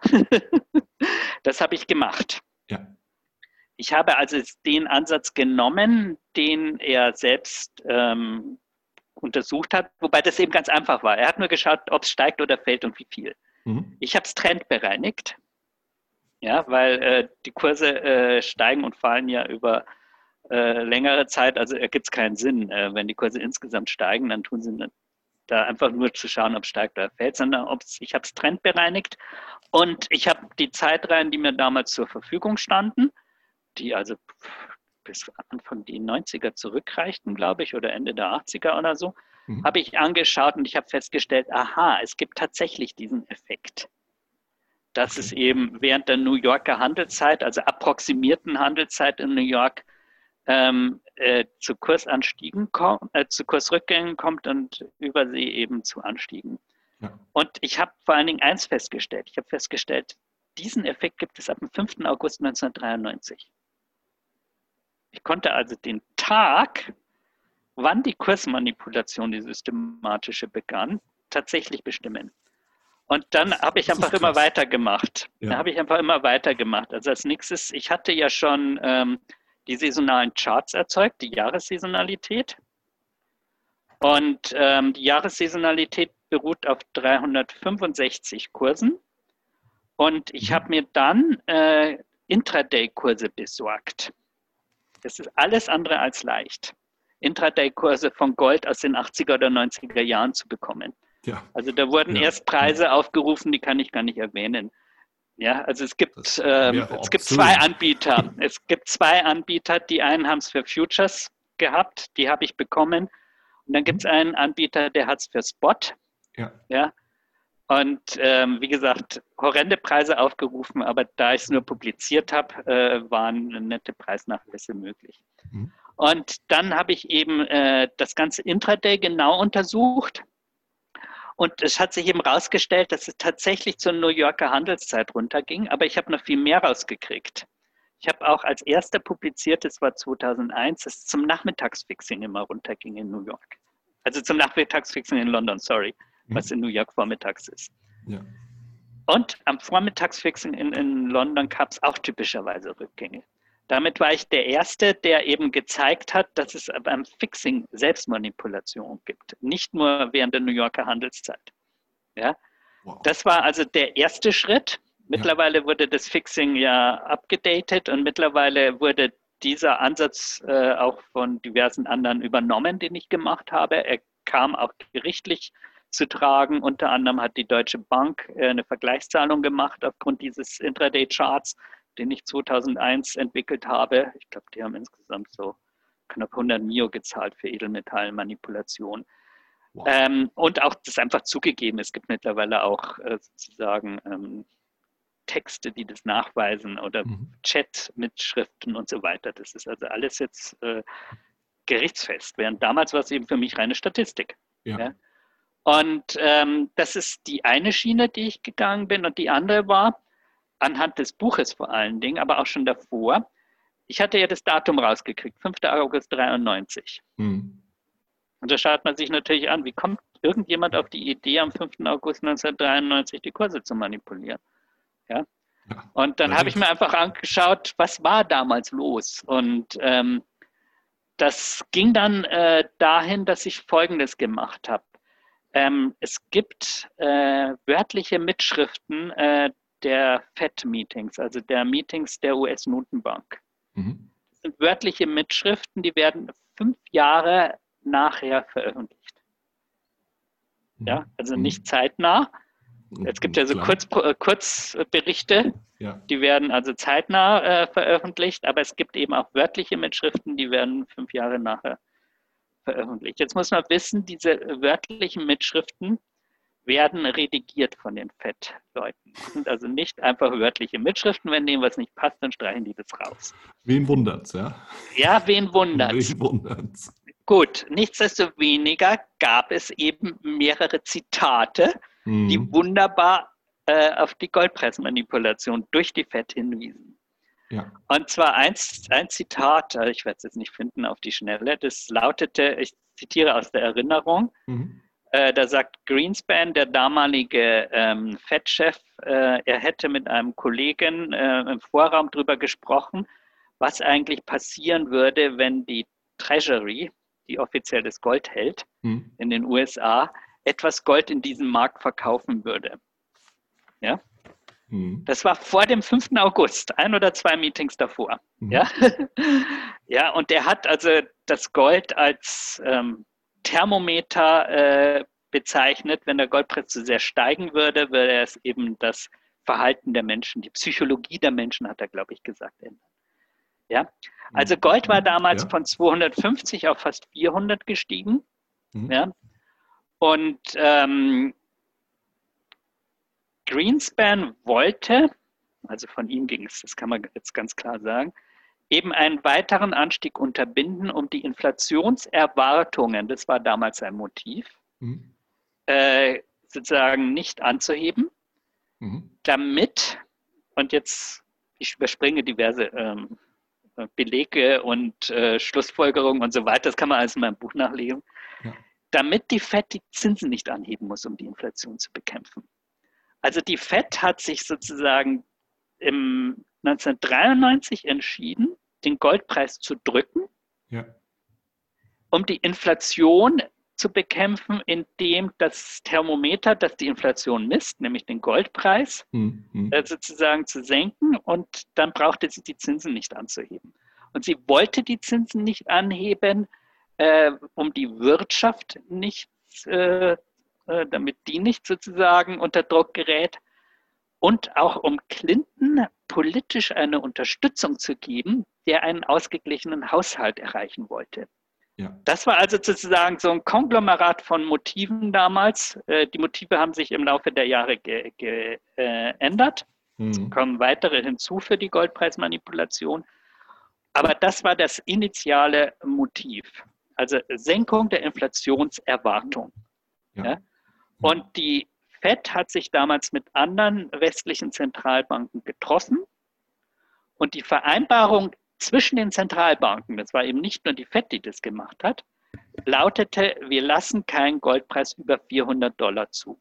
Das habe ich gemacht. Ja. Ich habe also den Ansatz genommen, den er selbst untersucht hat, wobei das eben ganz einfach war. Er hat nur geschaut, ob es steigt oder fällt und wie viel. Ich habe es trendbereinigt, ja, weil die Kurse steigen und fallen ja über längere Zeit, also ergibt es keinen Sinn. Wenn die Kurse insgesamt steigen, dann tun sie da einfach nur zu schauen, ob es steigt oder fällt, sondern ich habe es trendbereinigt und ich habe die Zeitreihen, die mir damals zur Verfügung standen, die also bis Anfang die 90er zurückreichten, glaube ich, oder Ende der 80er oder so, habe ich angeschaut und ich habe festgestellt, aha, es gibt tatsächlich diesen Effekt, dass es eben während der New Yorker Handelszeit, also approximierten Handelszeit in New York, zu Kursanstiegen zu Kursrückgängen kommt und über sie eben zu Anstiegen. Ja. Und ich habe vor allen Dingen eins festgestellt. Ich habe festgestellt, diesen Effekt gibt es ab dem 5. August 1993. Ich konnte also den Tag, wann die Kursmanipulation, die systematische, begann, tatsächlich bestimmen. Und dann habe ich einfach immer weitergemacht. Ja. Also als nächstes, ich hatte ja schon die saisonalen Charts erzeugt, die Jahressaisonalität. Und die Jahressaisonalität beruht auf 365 Kursen. Und ich habe mir dann Intraday-Kurse besorgt. Das ist alles andere als leicht, Intraday-Kurse von Gold aus den 80er oder 90er Jahren zu bekommen. Ja. Also da wurden erst Preise aufgerufen, die kann ich gar nicht erwähnen. Ja, also es gibt zwei Anbieter. Es gibt zwei Anbieter, die einen haben es für Futures gehabt, die habe ich bekommen. Und dann gibt es einen Anbieter, der hat es für Spot. Ja. Und wie gesagt, horrende Preise aufgerufen, aber da ich es nur publiziert habe, waren nette Preisnachlässe möglich. Und dann habe ich eben das ganze Intraday genau untersucht. Und es hat sich eben rausgestellt, dass es tatsächlich zur New Yorker Handelszeit runterging, aber ich habe noch viel mehr rausgekriegt. Ich habe auch als erster publiziert, das war 2001, dass es zum Nachmittagsfixing immer runterging in New York. Also zum Nachmittagsfixing in London, sorry, was in New York vormittags ist. Ja. Und am Vormittagsfixing in London gab es auch typischerweise Rückgänge. Damit war ich der Erste, der eben gezeigt hat, dass es beim Fixing Selbstmanipulation gibt. Nicht nur während der New Yorker Handelszeit. Ja? Wow. Das war also der erste Schritt. Mittlerweile wurde das Fixing ja abgedatet und mittlerweile wurde dieser Ansatz auch von diversen anderen übernommen, den ich gemacht habe. Er kam auch gerichtlich zu tragen. Unter anderem hat die Deutsche Bank eine Vergleichszahlung gemacht aufgrund dieses Intraday-Charts, den ich 2001 entwickelt habe. Ich glaube, die haben insgesamt so knapp 100 Mio gezahlt für Edelmetallmanipulation. Wow. Und auch das einfach zugegeben. Es gibt mittlerweile auch sozusagen Texte, die das nachweisen oder Chat-Mitschriften und so weiter. Das ist also alles jetzt gerichtsfest, während damals war es eben für mich reine Statistik. Ja. Ja? Und das ist die eine Schiene, die ich gegangen bin. Und die andere war, anhand des Buches vor allen Dingen, aber auch schon davor. Ich hatte ja das Datum rausgekriegt, 5. August 93. Und da schaut man sich natürlich an, wie kommt irgendjemand auf die Idee, am 5. August 1993 die Kurse zu manipulieren. Ja? Und dann habe ich mir einfach angeschaut, was war damals los. Und das ging dann dahin, dass ich Folgendes gemacht habe. Es gibt wörtliche Mitschriften der FED-Meetings, also der Meetings der US-Notenbank. Das sind wörtliche Mitschriften, die werden 5 Jahre nachher veröffentlicht. Ja, also nicht zeitnah. Es gibt ja so Kurzberichte, die werden also zeitnah veröffentlicht, aber es gibt eben auch wörtliche Mitschriften, die werden 5 Jahre nachher veröffentlicht. Jetzt muss man wissen, diese wörtlichen Mitschriften werden redigiert von den FED-Leuten. Das sind also nicht einfach wörtliche Mitschriften. Wenn denen was nicht passt, dann streichen die das raus. Wen wundert's, ja? Ja, wen wundert's? Wen wundert's? Gut, nichtsdestoweniger gab es eben mehrere Zitate, die wunderbar auf die Goldpreismanipulation durch die FED hinwiesen. Ja. Und zwar ein Zitat, ich werde es jetzt nicht finden auf die Schnelle, das lautete, ich zitiere aus der Erinnerung, da sagt Greenspan, der damalige FED-Chef, er hätte mit einem Kollegen im Vorraum darüber gesprochen, was eigentlich passieren würde, wenn die Treasury, die offiziell das Gold hält, in den USA, etwas Gold in diesem Markt verkaufen würde. Ja? Mhm. Das war vor dem 5. August, 1 oder 2 Meetings davor. Mhm. Ja? Ja, und der hat also das Gold als Thermometer bezeichnet. Wenn der Goldpreis zu sehr steigen würde, würde er es eben das Verhalten der Menschen, die Psychologie der Menschen, hat er, glaube ich, gesagt, ändern. Ja? Also Gold war damals Ja. von 250 auf fast 400 gestiegen. Mhm. Ja? Und Greenspan wollte, also von ihm ging es, das kann man jetzt ganz klar sagen, eben einen weiteren Anstieg unterbinden, um die Inflationserwartungen, das war damals sein Motiv, Mhm. sozusagen nicht anzuheben, Mhm. damit, und jetzt, ich überspringe diverse Belege und Schlussfolgerungen und so weiter, das kann man alles in meinem Buch nachlesen, Ja. damit die Fed die Zinsen nicht anheben muss, um die Inflation zu bekämpfen. Also die Fed hat sich sozusagen im 1993 entschieden, den Goldpreis zu drücken, Ja. um die Inflation zu bekämpfen, indem das Thermometer, das die Inflation misst, nämlich den Goldpreis, Mhm. sozusagen zu senken, und dann brauchte sie die Zinsen nicht anzuheben. Und sie wollte die Zinsen nicht anheben, um die Wirtschaft nicht, damit die nicht sozusagen unter Druck gerät, und auch um Clinton politisch eine Unterstützung zu geben, der einen ausgeglichenen Haushalt erreichen wollte. Ja. Das war also sozusagen so ein Konglomerat von Motiven damals. Die Motive haben sich im Laufe der Jahre geändert. Es Mhm. kommen weitere hinzu für die Goldpreismanipulation. Aber das war das initiale Motiv. Also Senkung der Inflationserwartung. Ja. Ja? Und die Fed hat sich damals mit anderen westlichen Zentralbanken getroffen. Und die Vereinbarung zwischen den Zentralbanken, das war eben nicht nur die Fed, die das gemacht hat, lautete, wir lassen keinen Goldpreis über $400 zu.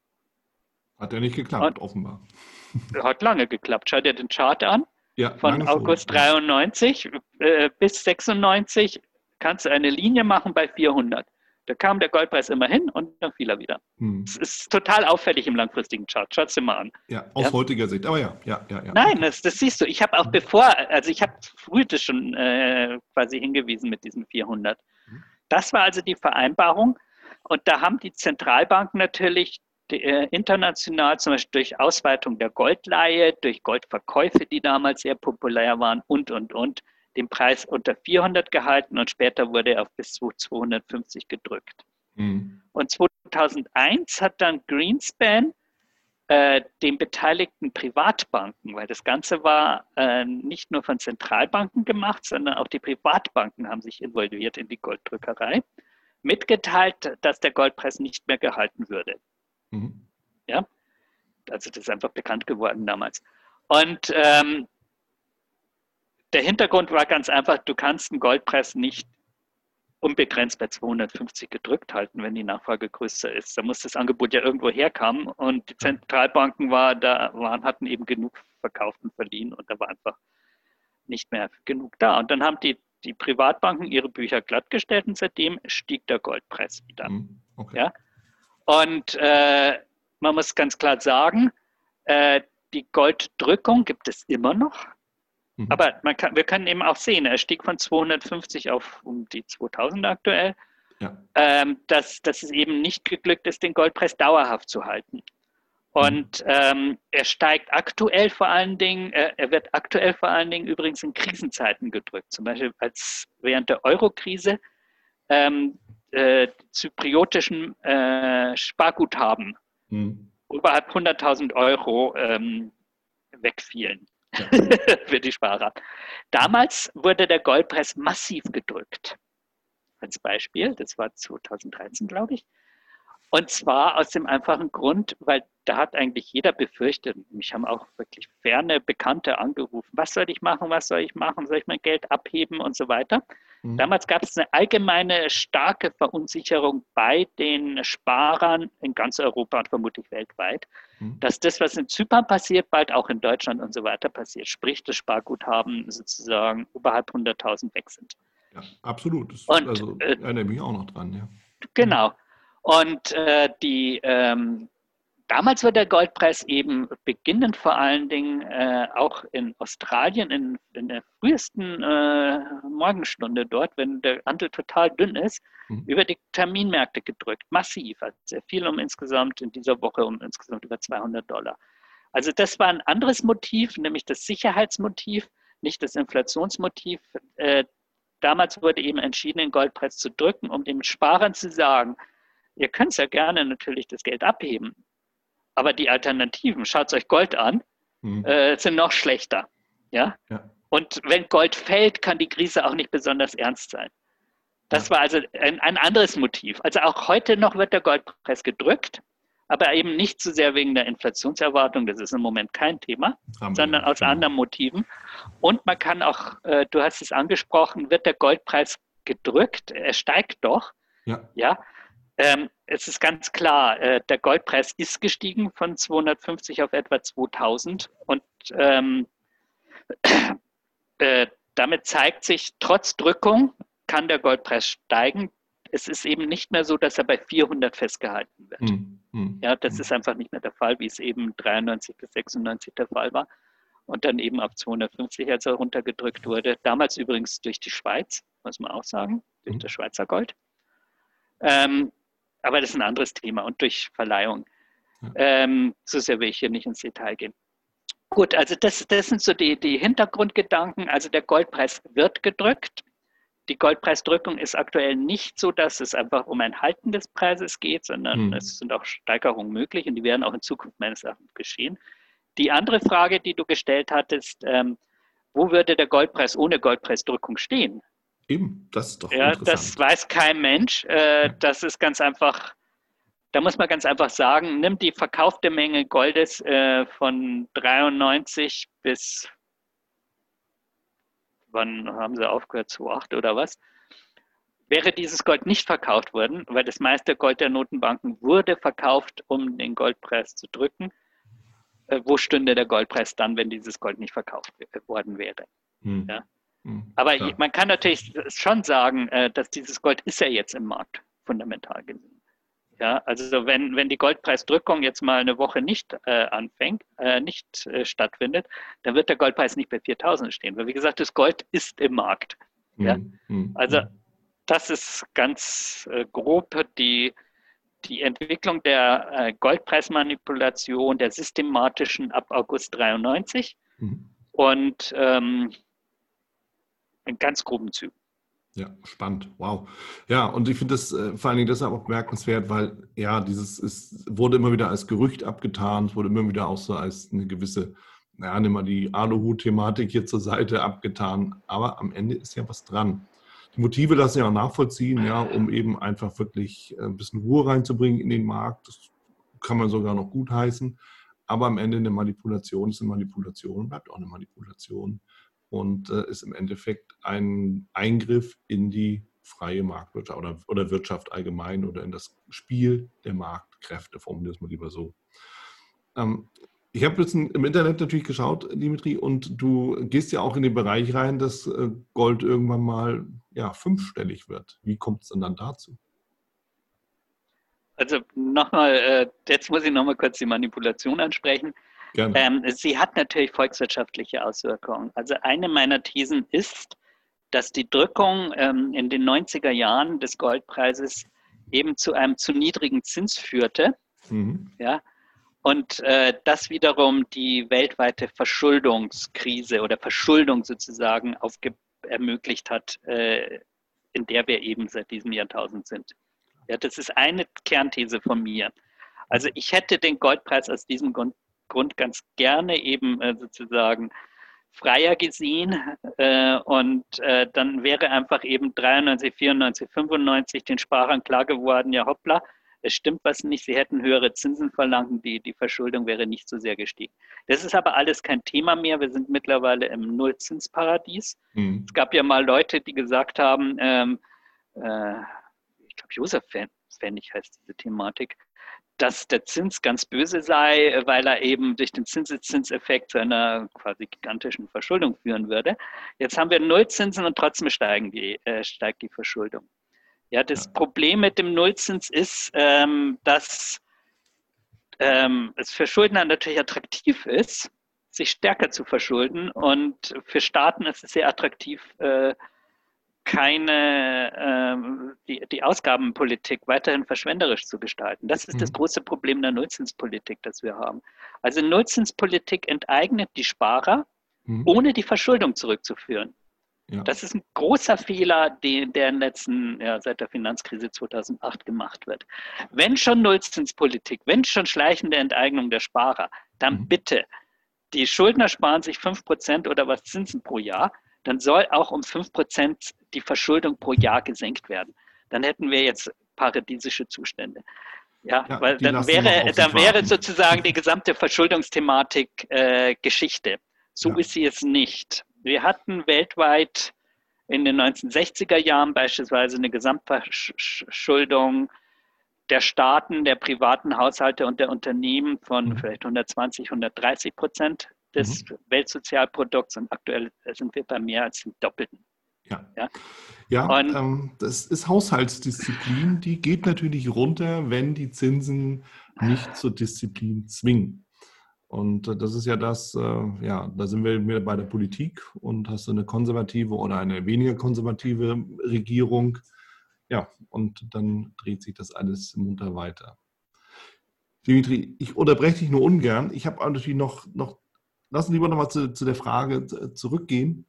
Hat ja nicht geklappt, Und offenbar. hat lange geklappt. Schau dir den Chart an. Ja, Von lange schon. August 93 bis 96 kannst du eine Linie machen bei 400. Da kam der Goldpreis immer hin und dann fiel er wieder. Es ist total auffällig im langfristigen Chart. Schau es dir mal an. Ja, aus Ja? heutiger Sicht. Aber ja. Nein, Okay. das siehst du. Ich habe auch also ich habe früh das schon quasi hingewiesen mit diesen 400. Das war also die Vereinbarung. Und da haben die Zentralbanken natürlich international, zum Beispiel durch Ausweitung der Goldleihe, durch Goldverkäufe, die damals sehr populär waren und, den Preis unter 400 gehalten, und später wurde er auf bis zu 250 gedrückt. Mhm. Und 2001 hat dann Greenspan den beteiligten Privatbanken, weil das Ganze war nicht nur von Zentralbanken gemacht, sondern auch die Privatbanken haben sich involviert in die Golddrückerei, mitgeteilt, dass der Goldpreis nicht mehr gehalten würde. Mhm. Ja, also das ist einfach bekannt geworden damals. Und der Hintergrund war ganz einfach, du kannst einen Goldpreis nicht unbegrenzt bei 250 gedrückt halten, wenn die Nachfrage größer ist. Da muss das Angebot ja irgendwo herkommen, und die Zentralbanken hatten eben genug verkauft und verliehen, und da war einfach nicht mehr genug da. Und dann haben die Privatbanken ihre Bücher glattgestellt, und seitdem stieg der Goldpreis wieder. Mhm. Okay. Ja? Und man muss ganz klar sagen, die Golddrückung gibt es immer noch. Aber wir können eben auch sehen, er stieg von 250 auf um die 2000 aktuell, Ja. dass es eben nicht geglückt ist, den Goldpreis dauerhaft zu halten. Und er steigt aktuell vor allen Dingen, er wird aktuell vor allen Dingen übrigens in Krisenzeiten gedrückt. Zum Beispiel als während der Euro-Krise zypriotischen Sparguthaben überhalb 100.000 Euro wegfielen. Ja. Für die Sparer. Damals wurde der Goldpreis massiv gedrückt. Als Beispiel, das war 2013, glaube ich. Und zwar aus dem einfachen Grund, weil da hat eigentlich jeder befürchtet, mich haben auch wirklich ferne Bekannte angerufen, was soll ich machen, soll ich mein Geld abheben und so weiter. Damals gab es eine allgemeine starke Verunsicherung bei den Sparern in ganz Europa und vermutlich weltweit, dass das, was in Zypern passiert, bald auch in Deutschland und so weiter passiert. Sprich, das Sparguthaben sozusagen überhalb 100.000 weg sind. Ja, absolut. Und erinnere mich auch noch dran. Ja. Genau. Und damals war der Goldpreis eben beginnend vor allen Dingen auch in Australien in der frühesten Morgenstunde dort, wenn der Handel total dünn ist, über die Terminmärkte gedrückt, massiv. Also er fiel insgesamt in dieser Woche um insgesamt über $200. Also das war ein anderes Motiv, nämlich das Sicherheitsmotiv, nicht das Inflationsmotiv. Damals wurde eben entschieden, den Goldpreis zu drücken, um den Sparern zu sagen, ihr könnt ja gerne natürlich das Geld abheben, aber die Alternativen, schaut euch Gold an, sind noch schlechter. Ja? Und wenn Gold fällt, kann die Krise auch nicht besonders ernst sein. Das war also ein anderes Motiv. Also auch heute noch wird der Goldpreis gedrückt, aber eben nicht so sehr wegen der Inflationserwartung, das ist im Moment kein Thema, sondern aus anderen Motiven. Und man kann auch, du hast es angesprochen, wird der Goldpreis gedrückt, er steigt doch. Ja. Es ist ganz klar, der Goldpreis ist gestiegen von 250 auf etwa 2000 und damit zeigt sich, trotz Drückung kann der Goldpreis steigen. Es ist eben nicht mehr so, dass er bei 400 festgehalten wird. Ja, das ist einfach nicht mehr der Fall, wie es eben 93 bis 96 der Fall war. Und dann eben auf 250, als er runtergedrückt wurde. Damals übrigens durch die Schweiz, muss man auch sagen, durch das Schweizer Gold. Aber das ist ein anderes Thema und durch Verleihung. So sehr will ich hier nicht ins Detail gehen. Gut, also das sind so die Hintergrundgedanken. Also der Goldpreis wird gedrückt. Die Goldpreisdrückung ist aktuell nicht so, dass es einfach um ein Halten des Preises geht, sondern es sind auch Steigerungen möglich und die werden auch in Zukunft meines Erachtens geschehen. Die andere Frage, die du gestellt hattest, wo würde der Goldpreis ohne Goldpreisdrückung stehen? Eben, das ist doch interessant. Das weiß kein Mensch. Das ist ganz einfach, da muss man ganz einfach sagen, nimm die verkaufte Menge Goldes von 93 bis, wann haben sie aufgehört, 2008 oder was? Wäre dieses Gold nicht verkauft worden, weil das meiste Gold der Notenbanken wurde verkauft, um den Goldpreis zu drücken, wo stünde der Goldpreis dann, wenn dieses Gold nicht verkauft worden wäre? Ja? Aber man kann natürlich schon sagen, dass dieses Gold ist ja jetzt im Markt, fundamental gesehen. Ja, also wenn die Goldpreisdrückung jetzt mal eine Woche nicht stattfindet, dann wird der Goldpreis nicht bei 4.000 stehen. Weil wie gesagt, das Gold ist im Markt. Ja? Also das ist ganz grob die Entwicklung der Goldpreismanipulation, der systematischen ab August 93 und in ganz groben Zügen. Ja, spannend. Wow. Ja, und ich finde das vor allen Dingen deshalb auch bemerkenswert, weil ja, wurde immer wieder als Gerücht abgetan, es wurde immer wieder auch so als eine gewisse, nimm mal die Aluhut-Thematik hier zur Seite abgetan, aber am Ende ist ja was dran. Die Motive lassen ja auch nachvollziehen, ja, um eben einfach wirklich ein bisschen Ruhe reinzubringen in den Markt. Das kann man sogar noch gutheißen, aber am Ende eine Manipulation ist eine Manipulation, bleibt auch eine Manipulation. Und ist im Endeffekt ein Eingriff in die freie Marktwirtschaft oder Wirtschaft allgemein oder in das Spiel der Marktkräfte, formulieren wir es mal lieber so. Ich habe jetzt im Internet natürlich geschaut, Dimitri, und du gehst ja auch in den Bereich rein, dass Gold irgendwann mal fünfstellig wird. Wie kommt es denn dann dazu? Also nochmal, jetzt muss ich nochmal kurz die Manipulation ansprechen. Sie hat natürlich volkswirtschaftliche Auswirkungen. Also eine meiner Thesen ist, dass die Drückung in den 90er Jahren des Goldpreises eben zu einem zu niedrigen Zins führte. Ja, und das wiederum die weltweite Verschuldungskrise oder Verschuldung sozusagen ermöglicht hat, in der wir eben seit diesem Jahrtausend sind. Ja, das ist eine Kernthese von mir. Also ich hätte den Goldpreis aus diesem Grund ganz gerne eben sozusagen freier gesehen und dann wäre einfach eben 93, 94, 95 den Sparern klar geworden, ja hoppla, es stimmt was nicht, sie hätten höhere Zinsen verlangt, die Verschuldung wäre nicht so sehr gestiegen. Das ist aber alles kein Thema mehr, wir sind mittlerweile im Nullzinsparadies. Es gab ja mal Leute, die gesagt haben, ich glaube Josef Pfennig heißt diese Thematik, dass der Zins ganz böse sei, weil er eben durch den Zinseszinseffekt zu einer quasi gigantischen Verschuldung führen würde. Jetzt haben wir Nullzinsen und trotzdem steigt die Verschuldung. Ja, das Problem mit dem Nullzins ist, dass es für Schuldner natürlich attraktiv ist, sich stärker zu verschulden, und für Staaten ist es sehr attraktiv, die Ausgabenpolitik weiterhin verschwenderisch zu gestalten. Das ist das große Problem der Nullzinspolitik, das wir haben. Also Nullzinspolitik enteignet die Sparer, ohne die Verschuldung zurückzuführen. Ja. Das ist ein großer Fehler, der seit der Finanzkrise 2008 gemacht wird. Wenn schon Nullzinspolitik, wenn schon schleichende Enteignung der Sparer, dann bitte, die Schuldner sparen sich 5% oder was Zinsen pro Jahr, dann soll auch um 5% die Verschuldung pro Jahr gesenkt werden. Dann hätten wir jetzt paradiesische Zustände. Ja, weil dann wäre sozusagen die gesamte Verschuldungsthematik Geschichte. So ist sie es nicht. Wir hatten weltweit in den 1960er Jahren beispielsweise eine Gesamtverschuldung der Staaten, der privaten Haushalte und der Unternehmen von vielleicht 120-130% des Weltsozialprodukts, und aktuell sind wir bei mehr als dem Doppelten. Das ist Haushaltsdisziplin, die geht natürlich runter, wenn die Zinsen nicht zur Disziplin zwingen. Und das ist ja das, da sind wir wieder bei der Politik, und hast du eine konservative oder eine weniger konservative Regierung, und dann dreht sich das alles munter weiter. Dimitri, ich unterbreche dich nur ungern. Ich habe natürlich noch lass uns lieber nochmal zu der Frage zurückgehen.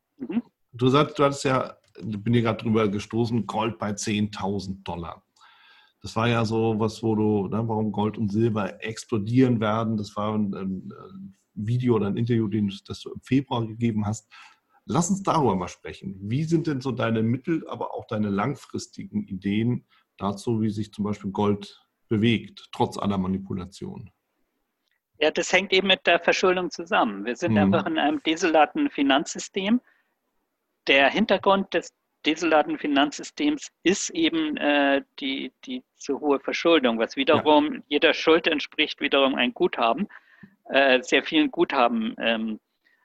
Du sagst, ich bin hier gerade drüber gestoßen, Gold bei $10.000. Das war ja so was, warum Gold und Silber explodieren werden. Das war ein Video oder ein Interview, das du im Februar gegeben hast. Lass uns darüber mal sprechen. Wie sind denn so deine mittel-, aber auch deine langfristigen Ideen dazu, wie sich zum Beispiel Gold bewegt, trotz aller Manipulationen? Ja, das hängt eben mit der Verschuldung zusammen. Wir sind einfach in einem desolaten Finanzsystem. Der Hintergrund des desolaten Finanzsystems ist eben die zu hohe Verschuldung, was wiederum jeder Schuld entspricht, wiederum ein Guthaben, sehr vielen Guthaben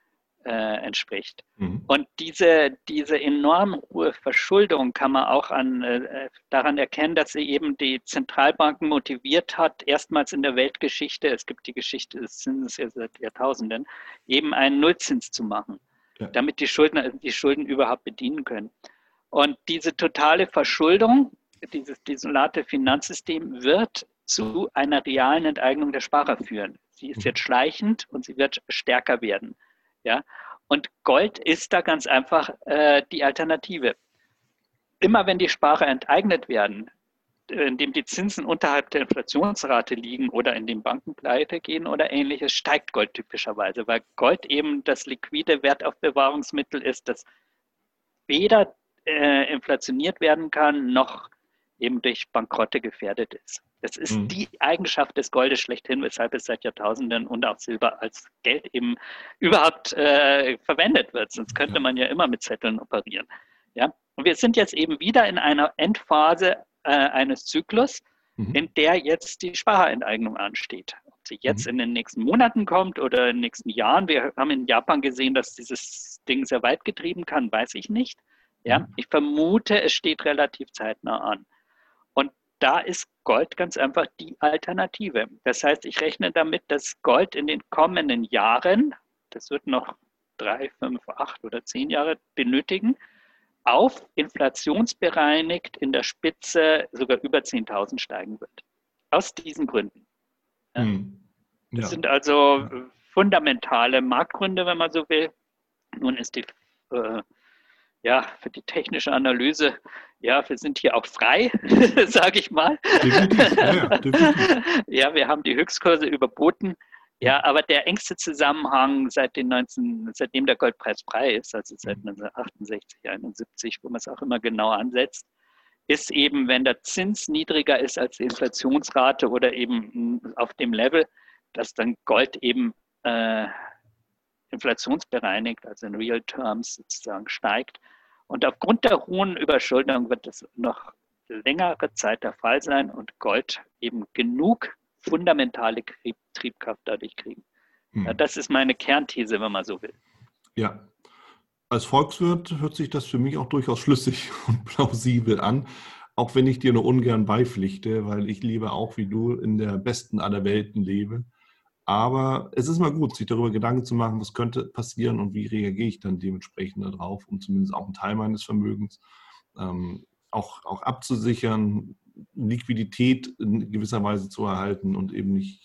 entspricht. Und diese enorm hohe Verschuldung kann man auch daran erkennen, dass sie eben die Zentralbanken motiviert hat, erstmals in der Weltgeschichte, es gibt die Geschichte des Zinses ja seit Jahrtausenden, eben einen Nullzins zu machen, damit die Schuldner die Schulden überhaupt bedienen können. Und diese totale Verschuldung, dieses desolate Finanzsystem wird zu einer realen Enteignung der Sparer führen. Sie ist jetzt schleichend und sie wird stärker werden. Ja? Und Gold ist da ganz einfach die Alternative. Immer wenn die Sparer enteignet werden, indem die Zinsen unterhalb der Inflationsrate liegen oder indem Banken pleite gehen oder ähnliches, steigt Gold typischerweise, weil Gold eben das liquide Wertaufbewahrungsmittel ist, das weder inflationiert werden kann, noch eben durch Bankrotte gefährdet ist. Das ist die Eigenschaft des Goldes schlechthin, weshalb es seit Jahrtausenden und auch Silber als Geld eben überhaupt verwendet wird. Sonst könnte man ja immer mit Zetteln operieren. Ja? Und wir sind jetzt eben wieder in einer Endphase eines Zyklus, in der jetzt die Sparerenteignung ansteht. Ob sie jetzt in den nächsten Monaten kommt oder in den nächsten Jahren. Wir haben in Japan gesehen, dass dieses Ding sehr weit getrieben kann, weiß ich nicht. Ja? Ich vermute, es steht relativ zeitnah an. Und da ist Gold ganz einfach die Alternative. Das heißt, ich rechne damit, dass Gold in den kommenden Jahren, das wird noch 3, 5, 8 oder 10 Jahre benötigen, auf inflationsbereinigt in der Spitze sogar über 10.000 steigen wird. Aus diesen Gründen. Das sind also fundamentale Marktgründe, wenn man so will. Nun ist die für die technische Analyse, wir sind hier auch frei, sage ich mal. Definitiv. Ja, wir haben die Höchstkurse überboten. Ja, aber der engste Zusammenhang seitdem der Goldpreis frei ist, also seit 1968, 71, wo man es auch immer genau ansetzt, ist eben, wenn der Zins niedriger ist als die Inflationsrate oder eben auf dem Level, dass dann Gold eben inflationsbereinigt, also in Real Terms sozusagen steigt. Und aufgrund der hohen Überschuldung wird es noch längere Zeit der Fall sein und Gold eben genug fundamentale Triebkraft dadurch kriegen. Ja, das ist meine Kernthese, wenn man so will. Ja, als Volkswirt hört sich das für mich auch durchaus schlüssig und plausibel an. auch wenn ich dir nur ungern beipflichte, weil ich lebe auch wie du in der besten aller Welten lebe. Aber es ist mal gut, sich darüber Gedanken zu machen, was könnte passieren und wie reagiere ich dann dementsprechend darauf, um zumindest auch einen Teil meines Vermögens auch abzusichern, Liquidität in gewisser Weise zu erhalten und eben nicht,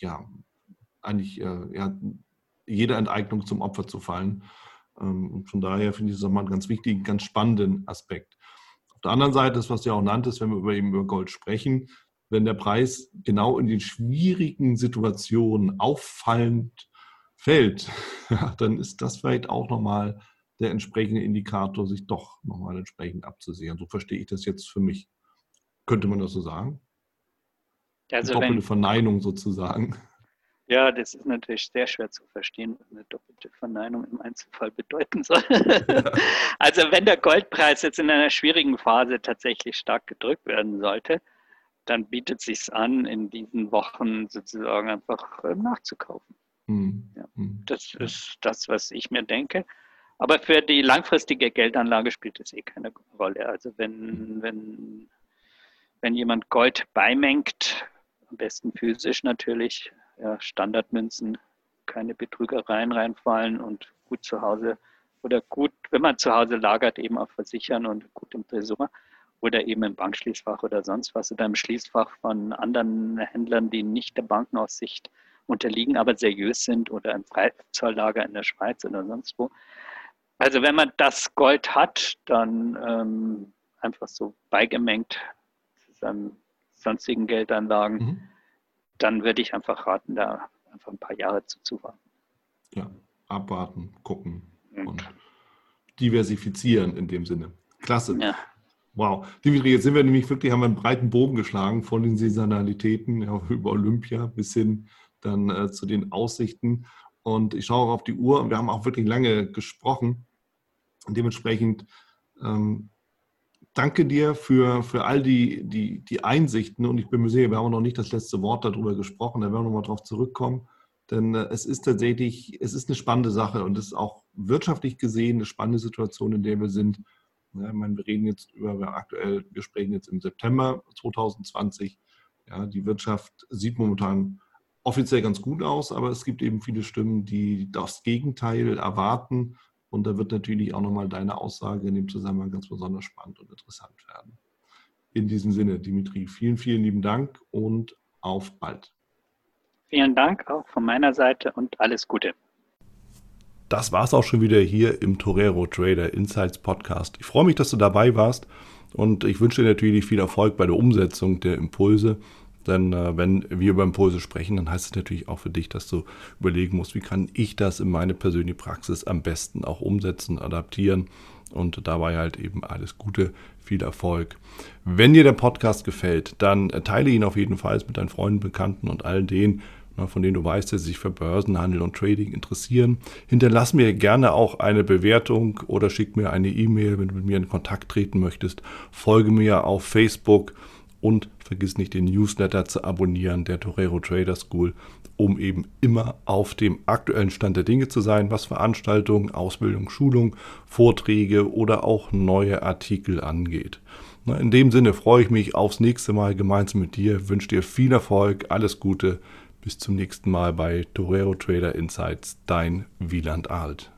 jeder Enteignung zum Opfer zu fallen. Und von daher finde ich das auch mal einen ganz wichtigen, ganz spannenden Aspekt. Auf der anderen Seite, das, was du ja auch nanntest, wenn wir über Gold sprechen, wenn der Preis genau in den schwierigen Situationen auffallend fällt, dann ist das vielleicht auch nochmal der entsprechende Indikator, sich doch nochmal entsprechend abzusichern. So verstehe ich das jetzt für mich. Könnte man das so sagen? Also Doppelte Verneinung sozusagen. Ja, das ist natürlich sehr schwer zu verstehen, was eine doppelte Verneinung im Einzelfall bedeuten soll. Also wenn der Goldpreis jetzt in einer schwierigen Phase tatsächlich stark gedrückt werden sollte, dann bietet es sich an, in diesen Wochen sozusagen einfach nachzukaufen. Ja, das ist das, was ich mir denke. Aber für die langfristige Geldanlage spielt es keine Rolle. Also wenn jemand Gold beimengt, am besten physisch natürlich, ja, Standardmünzen, keine Betrügereien reinfallen und gut zu Hause oder gut, wenn man zu Hause lagert, eben auch versichern und gut im Tresor oder eben im Bankschließfach oder sonst was oder im Schließfach von anderen Händlern, die nicht der Bankenaufsicht unterliegen, aber seriös sind oder im Freizolllager in der Schweiz oder sonst wo. Also wenn man das Gold hat, dann einfach so beigemengt zu seinen sonstigen Geldanlagen, dann würde ich einfach raten, da einfach ein paar Jahre zuzuwarten. Ja, abwarten, gucken und diversifizieren in dem Sinne. Klasse. Ja. Wow. Dimitri, jetzt sind wir nämlich wirklich, haben wir einen breiten Bogen geschlagen von den Saisonalitäten über Olympia bis hin dann zu den Aussichten. Und ich schaue auch auf die Uhr und wir haben auch wirklich lange gesprochen. Und dementsprechend danke dir für all die Einsichten. Und ich bin mir sicher, wir haben noch nicht das letzte Wort darüber gesprochen. Da werden wir noch mal drauf zurückkommen. Denn es ist tatsächlich, es ist eine spannende Sache und es ist auch wirtschaftlich gesehen eine spannende Situation, in der wir sind. Ja, ich meine, wir sprechen jetzt im September 2020. Ja, die Wirtschaft sieht momentan offiziell ganz gut aus, aber es gibt eben viele Stimmen, die das Gegenteil erwarten. Und da wird natürlich auch nochmal deine Aussage in dem Zusammenhang ganz besonders spannend und interessant werden. In diesem Sinne, Dimitri, vielen, vielen lieben Dank und auf bald. Vielen Dank auch von meiner Seite und alles Gute. Das war es auch schon wieder hier im Torero Trader Insights Podcast. Ich freue mich, dass du dabei warst und ich wünsche dir natürlich viel Erfolg bei der Umsetzung der Impulse. Denn wenn wir über Impulse sprechen, dann heißt es natürlich auch für dich, dass du überlegen musst, wie kann ich das in meine persönliche Praxis am besten auch umsetzen, adaptieren und dabei halt eben alles Gute, viel Erfolg. Wenn dir der Podcast gefällt, dann teile ihn auf jeden Fall mit deinen Freunden, Bekannten und all denen, von denen du weißt, dass sie sich für Börsenhandel und Trading interessieren. Hinterlass mir gerne auch eine Bewertung oder schick mir eine E-Mail, wenn du mit mir in Kontakt treten möchtest. Folge mir auf Facebook und vergiss nicht, den Newsletter zu abonnieren, der Torero Trader School, um eben immer auf dem aktuellen Stand der Dinge zu sein, was Veranstaltungen, Ausbildung, Schulung, Vorträge oder auch neue Artikel angeht. In dem Sinne freue ich mich aufs nächste Mal gemeinsam mit dir, wünsche dir viel Erfolg, alles Gute. Bis zum nächsten Mal bei Torero Trader Insights, dein Wieland Alt.